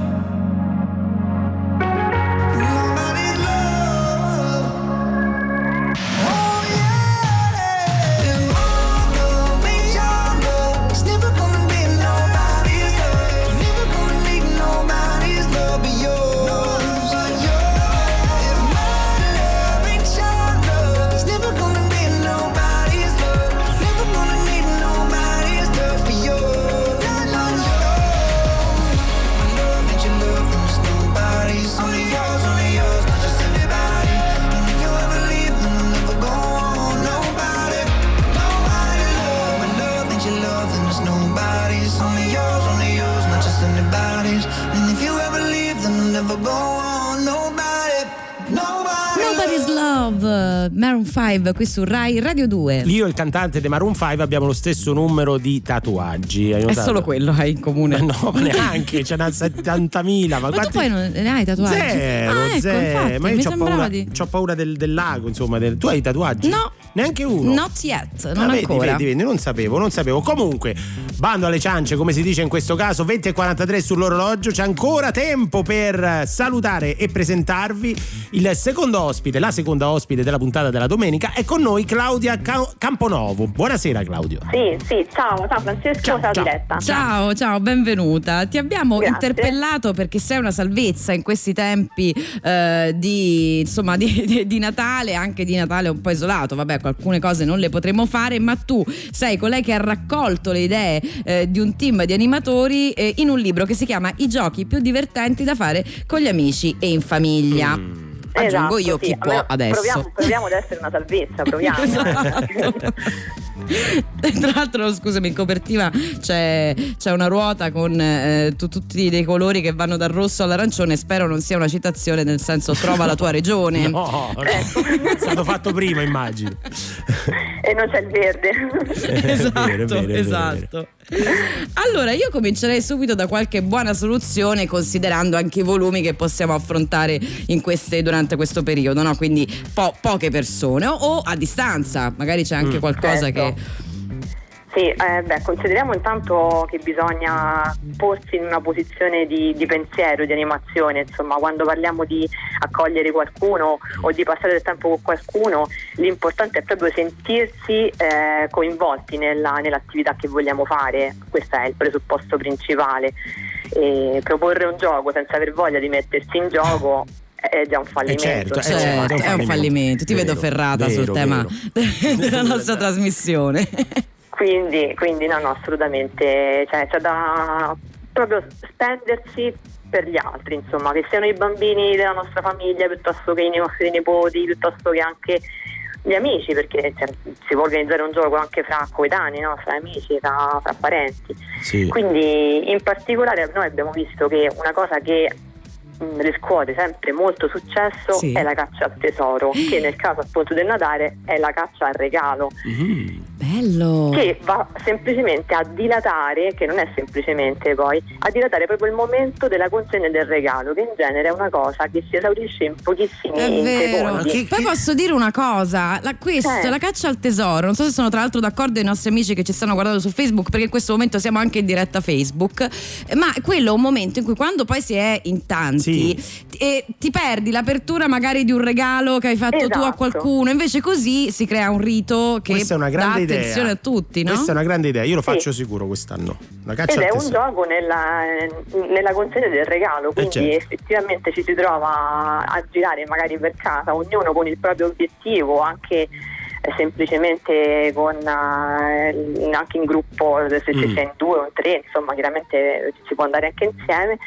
Nobody's love. Oh yeah. If my love ain't your love, it's never gonna be nobody's love. Never gonna need nobody's love but yours. If my love ain't your love, it's never gonna be nobody's love. Never gonna need nobody's love but yours. My love ain't your love, then there's nobody's. Only yours, only yours, not just anybody. And if you ever leave, then I'll never go on. Nobody, nobody love. My love ain't your love, then there's nobody's. Only yours, only yours, not just anybody's. And if you ever leave, then I'll never go on. Nobody, nobody. Nobody's Love, Maroon cinque qui su Rai Radio due. Io e il cantante dei Maroon cinque abbiamo lo stesso numero di tatuaggi. Hai È notato? solo quello hai in comune. Ma no, ma neanche, ce n'ha settantamila. Ma, Ma quanti... tu poi non ne hai tatuaggi? Zero, ah, ecco, zero. infatti, Ma io mi c'ho sembrava paura, di... c'ho paura del, del lago, insomma. Del... Tu hai tatuaggi? No. Neanche uno? Not yet, non Ah, vedi, ancora. Vedi, vedi, non sapevo, non sapevo. Comunque, bando alle ciance, come si dice in questo caso, venti e quarantatré sull'orologio. C'è ancora tempo per salutare e presentarvi il secondo ospite, la seconda ospite della puntata della domenica. È con noi Claudia Ca- Camponovo. Buonasera, Claudio. Sì, sì, ciao, ciao Francesco, ciao, ciao, ciao. Diletta. Ciao, ciao, benvenuta. Ti abbiamo Grazie. interpellato perché sei una salvezza in questi tempi eh, di, insomma, di, di, di Natale, anche di Natale un po' isolato. Vabbè, alcune cose non le potremo fare, ma tu sei colei che ha raccolto le idee eh, di un team di animatori eh, in un libro che si chiama I giochi più divertenti da fare con gli amici e in famiglia. Mm. Aggiungo Esatto, io sì, chi può almeno adesso. Proviamo, proviamo ad essere una salvezza, proviamo. Esatto. Tra l'altro, scusami, in copertina c'è, c'è una ruota con eh, tu, tutti dei colori che vanno dal rosso all'arancione. Spero non sia una citazione nel senso trova la tua regione. No, no. È stato fatto prima, immagino. E non c'è il verde. Esatto, È vero, è vero, è vero, esatto. Allora io comincerei subito da qualche buona soluzione, considerando anche i volumi che possiamo affrontare in queste, durante questo periodo, no? Quindi po- poche persone o, o a distanza, magari c'è anche Mm. qualcosa Certo. che... Sì, eh, beh, consideriamo intanto che bisogna porsi in una posizione di, di pensiero, di animazione, insomma, quando parliamo di accogliere qualcuno o di passare del tempo con qualcuno, l'importante è proprio sentirsi eh, coinvolti nella, nell'attività che vogliamo fare. Questo è il presupposto principale. E proporre un gioco senza aver voglia di mettersi in gioco è già un fallimento. Eh certo, eh Certo, certo, è un fallimento. Ti Vero, vedo ferrata vero, sul tema vero. della nostra trasmissione. Quindi, quindi no, no, assolutamente, cioè c'è da proprio spendersi per gli altri, insomma, che siano i bambini della nostra famiglia piuttosto che i nostri nipoti, piuttosto che anche gli amici, perché cioè, si può organizzare un gioco anche fra coetanei, no? Fra amici, fra, fra parenti. Sì. Quindi in particolare noi abbiamo visto che una cosa che mh, riscuote sempre molto successo Sì. è la caccia al tesoro, che nel caso appunto del Natale è la caccia al regalo. Mm. Bello. Che va semplicemente a dilatare, che non è semplicemente poi, a dilatare proprio il momento della consegna del regalo, che in genere è una cosa che si esaurisce in pochissimi È vero. secondi. Che, Poi che... posso dire una cosa, la, questo, eh. la caccia al tesoro, non so se sono tra l'altro d'accordo i nostri amici che ci stanno guardando su Facebook, perché in questo momento siamo anche in diretta Facebook, ma quello è un momento in cui quando poi si è in tanti sì. e ti perdi l'apertura magari di un regalo che hai fatto esatto. tu a qualcuno, invece così si crea un rito che questa è una grande dà attenzione idea. a tutti, no? Questa è una grande idea, io lo sì. faccio sicuro quest'anno. La caccia Ed al è tesoro. un gioco nella, nella consegna del regalo, quindi eh certo. effettivamente ci si trova a girare magari per casa, ognuno con il proprio obiettivo, anche semplicemente con uh, anche in gruppo, se mm. si è in due o in tre, insomma chiaramente si può andare anche insieme.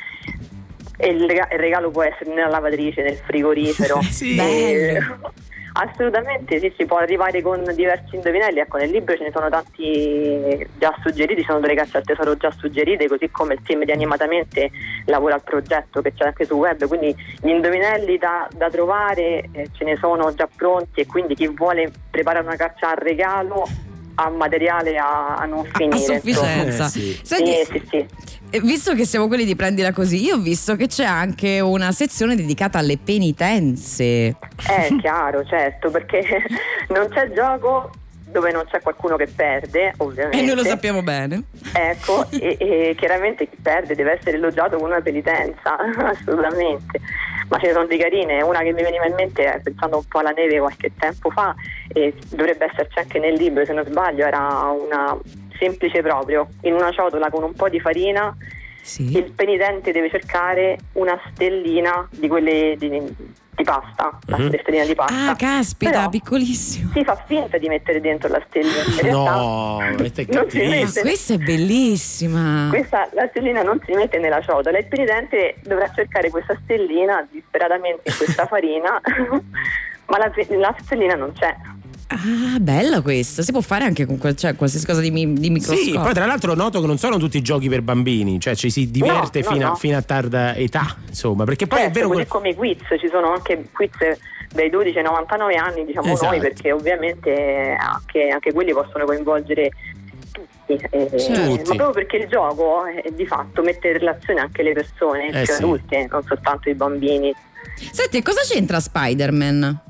E il regalo, il regalo può essere nella lavatrice, nel frigorifero. sì. e, assolutamente sì, si può arrivare con diversi indovinelli. Ecco, nel libro ce ne sono tanti già suggeriti, ci sono delle cacce al tesoro già suggerite, così come il team di Animatamente lavora al progetto che c'è anche su web, quindi gli indovinelli da, da trovare eh, ce ne sono già pronti, e quindi chi vuole preparare una caccia al regalo ha materiale a, a non finire, a sufficienza. Eh, sì. Senti, sì, sì, sì. Visto che siamo quelli di Prendila Così, io ho visto che c'è anche una sezione dedicata alle penitenze. È chiaro, certo, perché non c'è gioco dove non c'è qualcuno che perde, ovviamente. E noi lo sappiamo bene. Ecco, e, e chiaramente chi perde deve essere elogiato con una penitenza, assolutamente. Ma ce ne sono di carine, una che mi veniva in mente, eh, pensando un po' alla neve qualche tempo fa, e dovrebbe esserci anche nel libro se non sbaglio, era una semplice proprio, in una ciotola con un po' di farina, sì. il penitente deve cercare una stellina di quelle di, di pasta, la uh-huh. stellina di pasta. Ah, caspita, però piccolissimo. Si fa finta di mettere dentro la stellina. In realtà no, mette non si mette. Questa è bellissima. Questa, la stellina non si mette nella ciotola, il penitente dovrà cercare questa stellina disperatamente in questa farina, ma la, la stellina non c'è. Ah, bella questa, si può fare anche con quel, cioè, qualsiasi cosa di, mi, di microscopio. Sì, poi tra l'altro noto che non sono tutti giochi per bambini, cioè ci si diverte no, no, fino, no. A, fino a tarda età, insomma, perché poi certo, è vero così que- come i quiz, ci sono anche quiz dai dodici ai novantanove anni, diciamo esatto. noi, perché ovviamente anche, anche quelli possono coinvolgere tutti, eh, tutti. ma proprio perché il gioco eh, di fatto mette in relazione anche le persone, eh, più sì. adulte, non soltanto i bambini. Senti, cosa c'entra Spider-Man?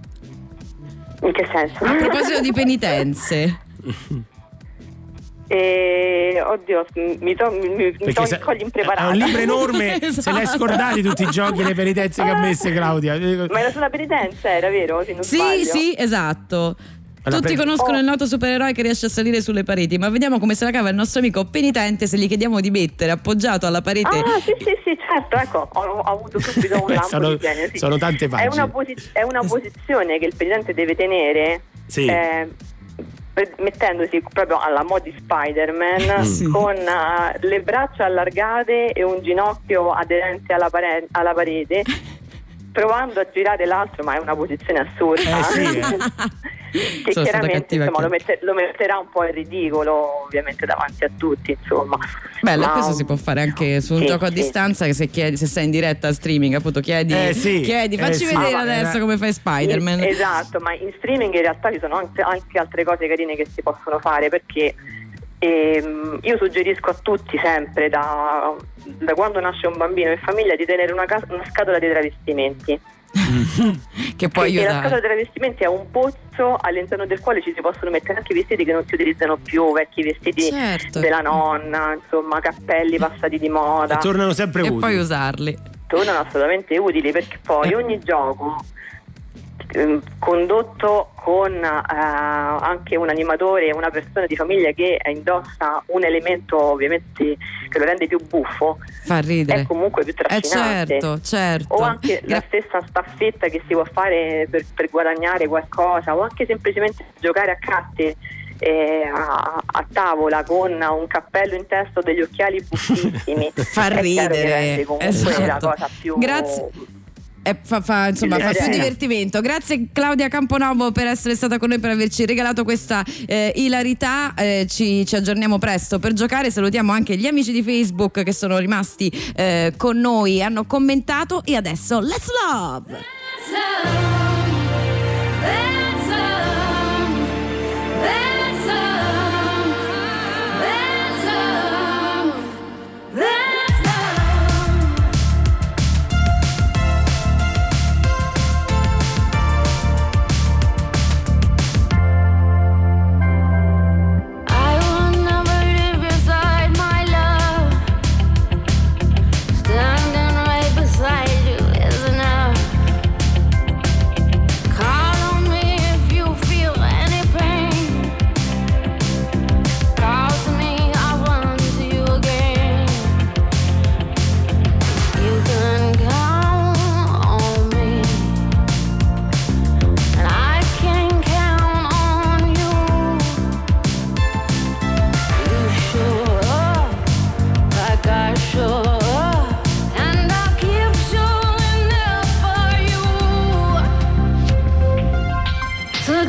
In che senso? A proposito di penitenze. E, oddio, mi to- mi, mi to- se- cogli impreparata. È un libro enorme, Esatto. se l'hai scordati tutti i giochi e le penitenze che ha messe Claudia. Ma era sulla penitenza, era vero? Se non Sì, sbaglio. sì, esatto. Allora, Tutti per- conoscono oh. il noto supereroe che riesce a salire sulle pareti, ma vediamo come se la cava il nostro amico penitente se gli chiediamo di mettere appoggiato alla parete. Ah, sì, sì, sì, certo, ecco, ho, ho avuto subito un lampo sono, di genio. Sì. sono tante pagine. È una, posi- è una posizione che il penitente deve tenere, sì. eh, mettendosi proprio alla mo' di Spider-Man, Sì. con uh, le braccia allargate e un ginocchio aderente alla, pare- alla parete, provando a girare l'altro, ma è una posizione assurda. Eh, sì, eh. Che Sono stata chiaramente cattiva insomma, lo, anche. mette- lo metterà un po' in ridicolo, ovviamente davanti a tutti, insomma. Bello, Ma- questo si può fare anche su un Sì, gioco a sì. distanza, che se, chiedi, se sei in diretta streaming, appunto chiedi, Eh, sì, chiedi eh, facci sì. vedere Ah, adesso vabbè. come fai Spider-Man. Esatto, ma in streaming in realtà ci sono anche, anche altre cose carine che si possono fare, perché ehm, io suggerisco a tutti sempre, da, da quando nasce un bambino in famiglia, di tenere una, cas- una scatola di travestimenti. Che può Perché la aiutare. scatola dei travestimenti è un pozzo all'interno del quale ci si possono mettere anche i vestiti che non si utilizzano più, vecchi vestiti Certo. della nonna, insomma, cappelli passati di moda. E tornano sempre E utili. poi usarli. Tornano assolutamente utili, perché poi ogni gioco ehm, condotto con eh, anche un animatore, una persona di famiglia che indossa un elemento ovviamente che lo rende più buffo, Fa ridere. è comunque più Eh trascinante. certo, certo. O anche Gra- la stessa staffetta che si può fare per, per guadagnare qualcosa, o anche semplicemente giocare a carte eh, a, a tavola con un cappello in testa o degli occhiali buffissimi. Fa È chiaro che ridere. rende comunque Esatto. la cosa più Grazie. E fa, fa, insomma, fa più Divertente. divertimento. Grazie Claudia Camponovo per essere stata con noi, per averci regalato questa eh, ilarità. Eh, ci, ci aggiorniamo presto per giocare. Salutiamo anche gli amici di Facebook che sono rimasti eh, con noi, hanno commentato. E adesso let's love! That's love. That's love.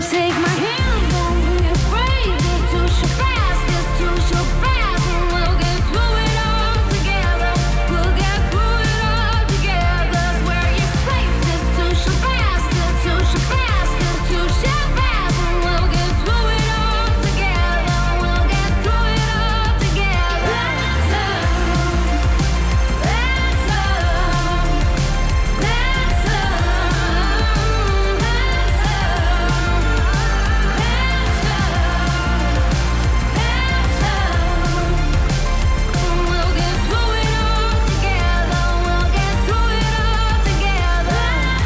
take my hand, don't be afraid. This too shall pass, this too shall pass, and we'll get through it all together. We'll get through it all together. Swear you're safe. This too shall pass, this too shall pass, this too shall pass, and we'll get through it all together. We'll get through it all together. That's love. That's love. That's love. We'll get through it all together. We'll get through it all together.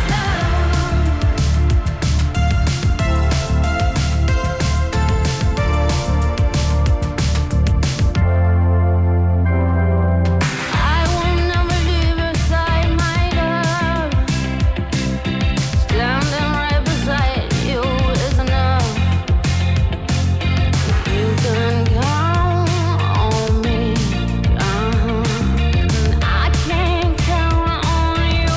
I will never leave your side, my love. Standing right beside you is enough. You can count on me, uh-huh. And I can count on you.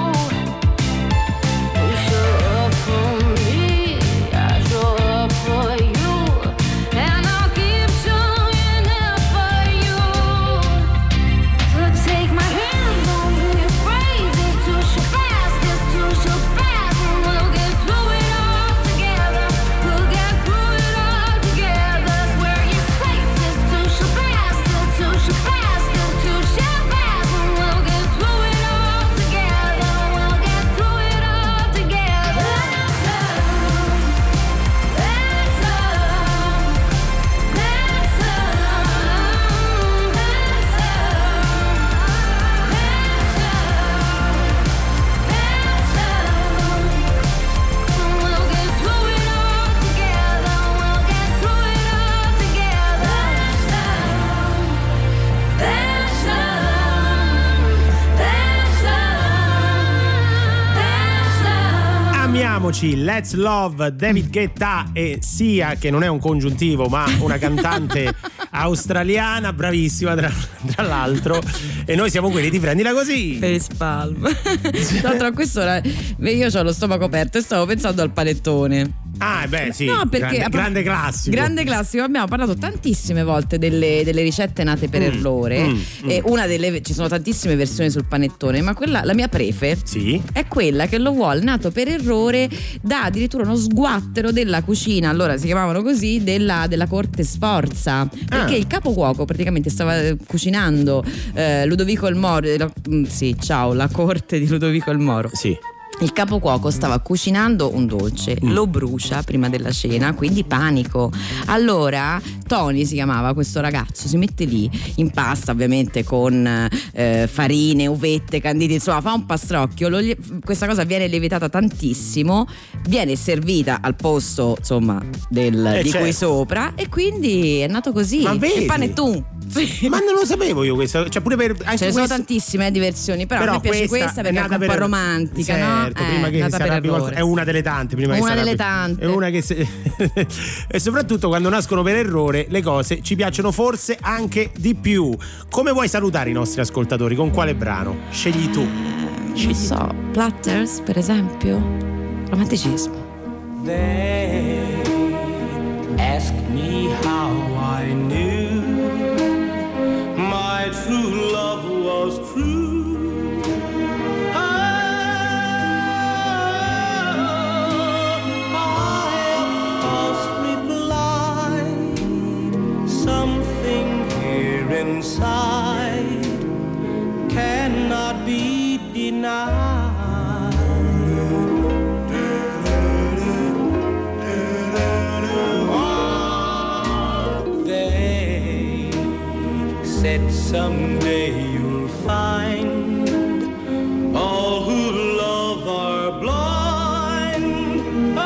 You show up for me, I show up for you, and I'll keep showing up for you. So take my hand, don't be afraid. This too shall pass, this too shall pass, and we'll get through it all together. We'll get through it all together. Swear you're safe. This too shall pass, this too shall pass, this too shall pass, and we'll get through it all together. We'll get through it all together. That's love. That's love. That's love. That's love. We'll get through it all together. We'll get through it all together. That's love. That's love. That's love. That's love. Amiamoci, Let's Love, David Guetta e Sia, che non è un congiuntivo ma una cantante australiana bravissima tra, tra l'altro, e noi siamo quelli di Prendila Così. Facepalm. Tra l'altro a quest'ora io ho lo stomaco aperto e stavo pensando al panettone. Ah, beh, sì. No, perché grande, grande classico. Grande classico. Abbiamo parlato tantissime volte delle, delle ricette nate per Mm, errore. mm, E mm. una delle ci sono tantissime versioni sul panettone, ma quella, la mia prefe, sì, è quella che lo vuole nato per errore da addirittura uno sguattero della cucina, allora si chiamavano così, della, della corte Sforza. Perché Ah. il capocuoco praticamente stava eh, cucinando eh, Ludovico il Moro. eh, la- mm, sì, ciao, la corte di Ludovico il Moro. Sì. Il capocuoco stava cucinando un dolce, Mm. lo brucia prima della cena, quindi panico. Allora Tony si chiamava questo ragazzo, si mette lì, impasta ovviamente con eh, farine, uvette, canditi, insomma fa un pastrocchio. Lo- questa cosa viene lievitata tantissimo, viene servita al posto insomma del, Eh, di certo. qui sopra, e quindi è nato così. Ma vedi? Il panettone. Sì. Ma non lo sapevo io questo, cioè pure per anche Ce ne sono questo- tantissime di versioni, però, Però a me piace questa questa è perché è nata un po' per- romantica, no? certo, Eh, prima che nata si per arrabbi qualcuno. errore. È una delle tante, prima che Una si delle arrabbi- tante. È una che se- e soprattutto quando nascono per errore le cose ci piacciono forse anche di più. Come vuoi salutare i nostri ascoltatori? Con quale brano? Scegli tu. Non so, Platters per esempio. Romanticismo. They ask me how I knew my true love was true. Oh, I falsely replied, something here inside cannot be denied. They said someday you'll find all who love are blind. Oh,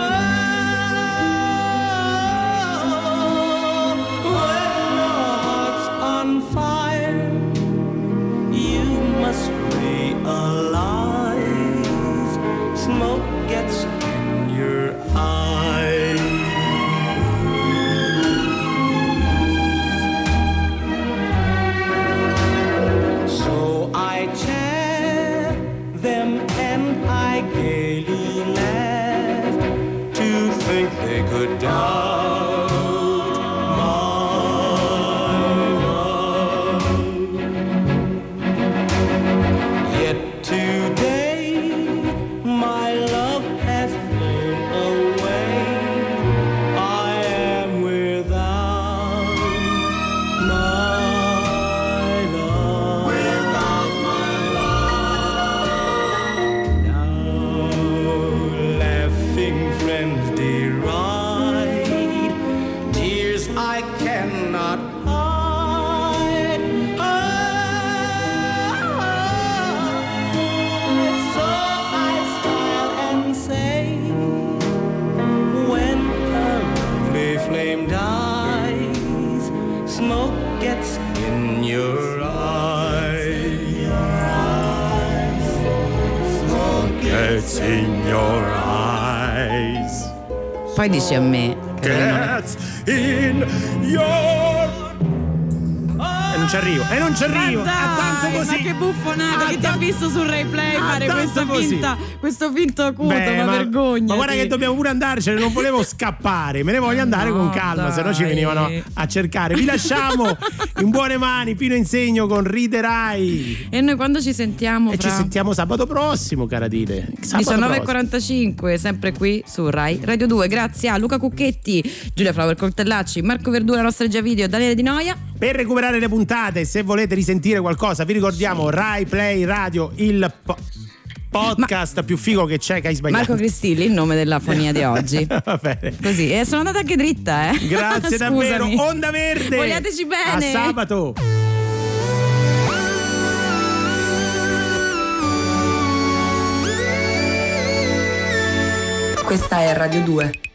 when your heart's on fire, you must realize smoke gets in your eyes. So I chaffed them and I gaily laughed to think if they could doubt my love. Yet today my love has flown away. I am without my love. Without my love. Now laughing friends deride, tears I cannot hide. And so I smile and say, when a lovely flame dies, smoke gets in your eyes. Smoke Gets in your eyes. Poi dici a me che lei non è- Gets in your. E non ci arrivo, e non ci arrivo. Ma A tanto dai, così. ma che buffonata, A chi ti ha tan- visto sul replay a fare tanto questa così. finta, questo finto acuto, Beh, ma, vergogna. ma guarda che dobbiamo pure andarcene, non volevo scappare, me ne voglio andare No, con calma, se no ci dai. venivano a cercare. Vi lasciamo in buone mani, Pino Insegno con Riderai. E noi quando ci sentiamo? E Fra? ci sentiamo sabato prossimo, cara Dile. Sabato diciannove e prossimo. quarantacinque, sempre qui su Rai Radio due. Grazie a Luca Cucchetti, Giulia Flower Coltellacci, Marco Verdura, Nostalgia Video, Daniele Di Noia. Per recuperare le puntate, se volete risentire qualcosa, vi ricordiamo Rai Play Radio, il po- podcast più figo che c'è, che hai sbagliato. Marco Cristilli, il nome della fonia di oggi. Va bene. Così, e sono andata anche dritta, eh. Grazie davvero. Scusami. Onda Verde. Vogliateci bene. A sabato. Questa è Radio due.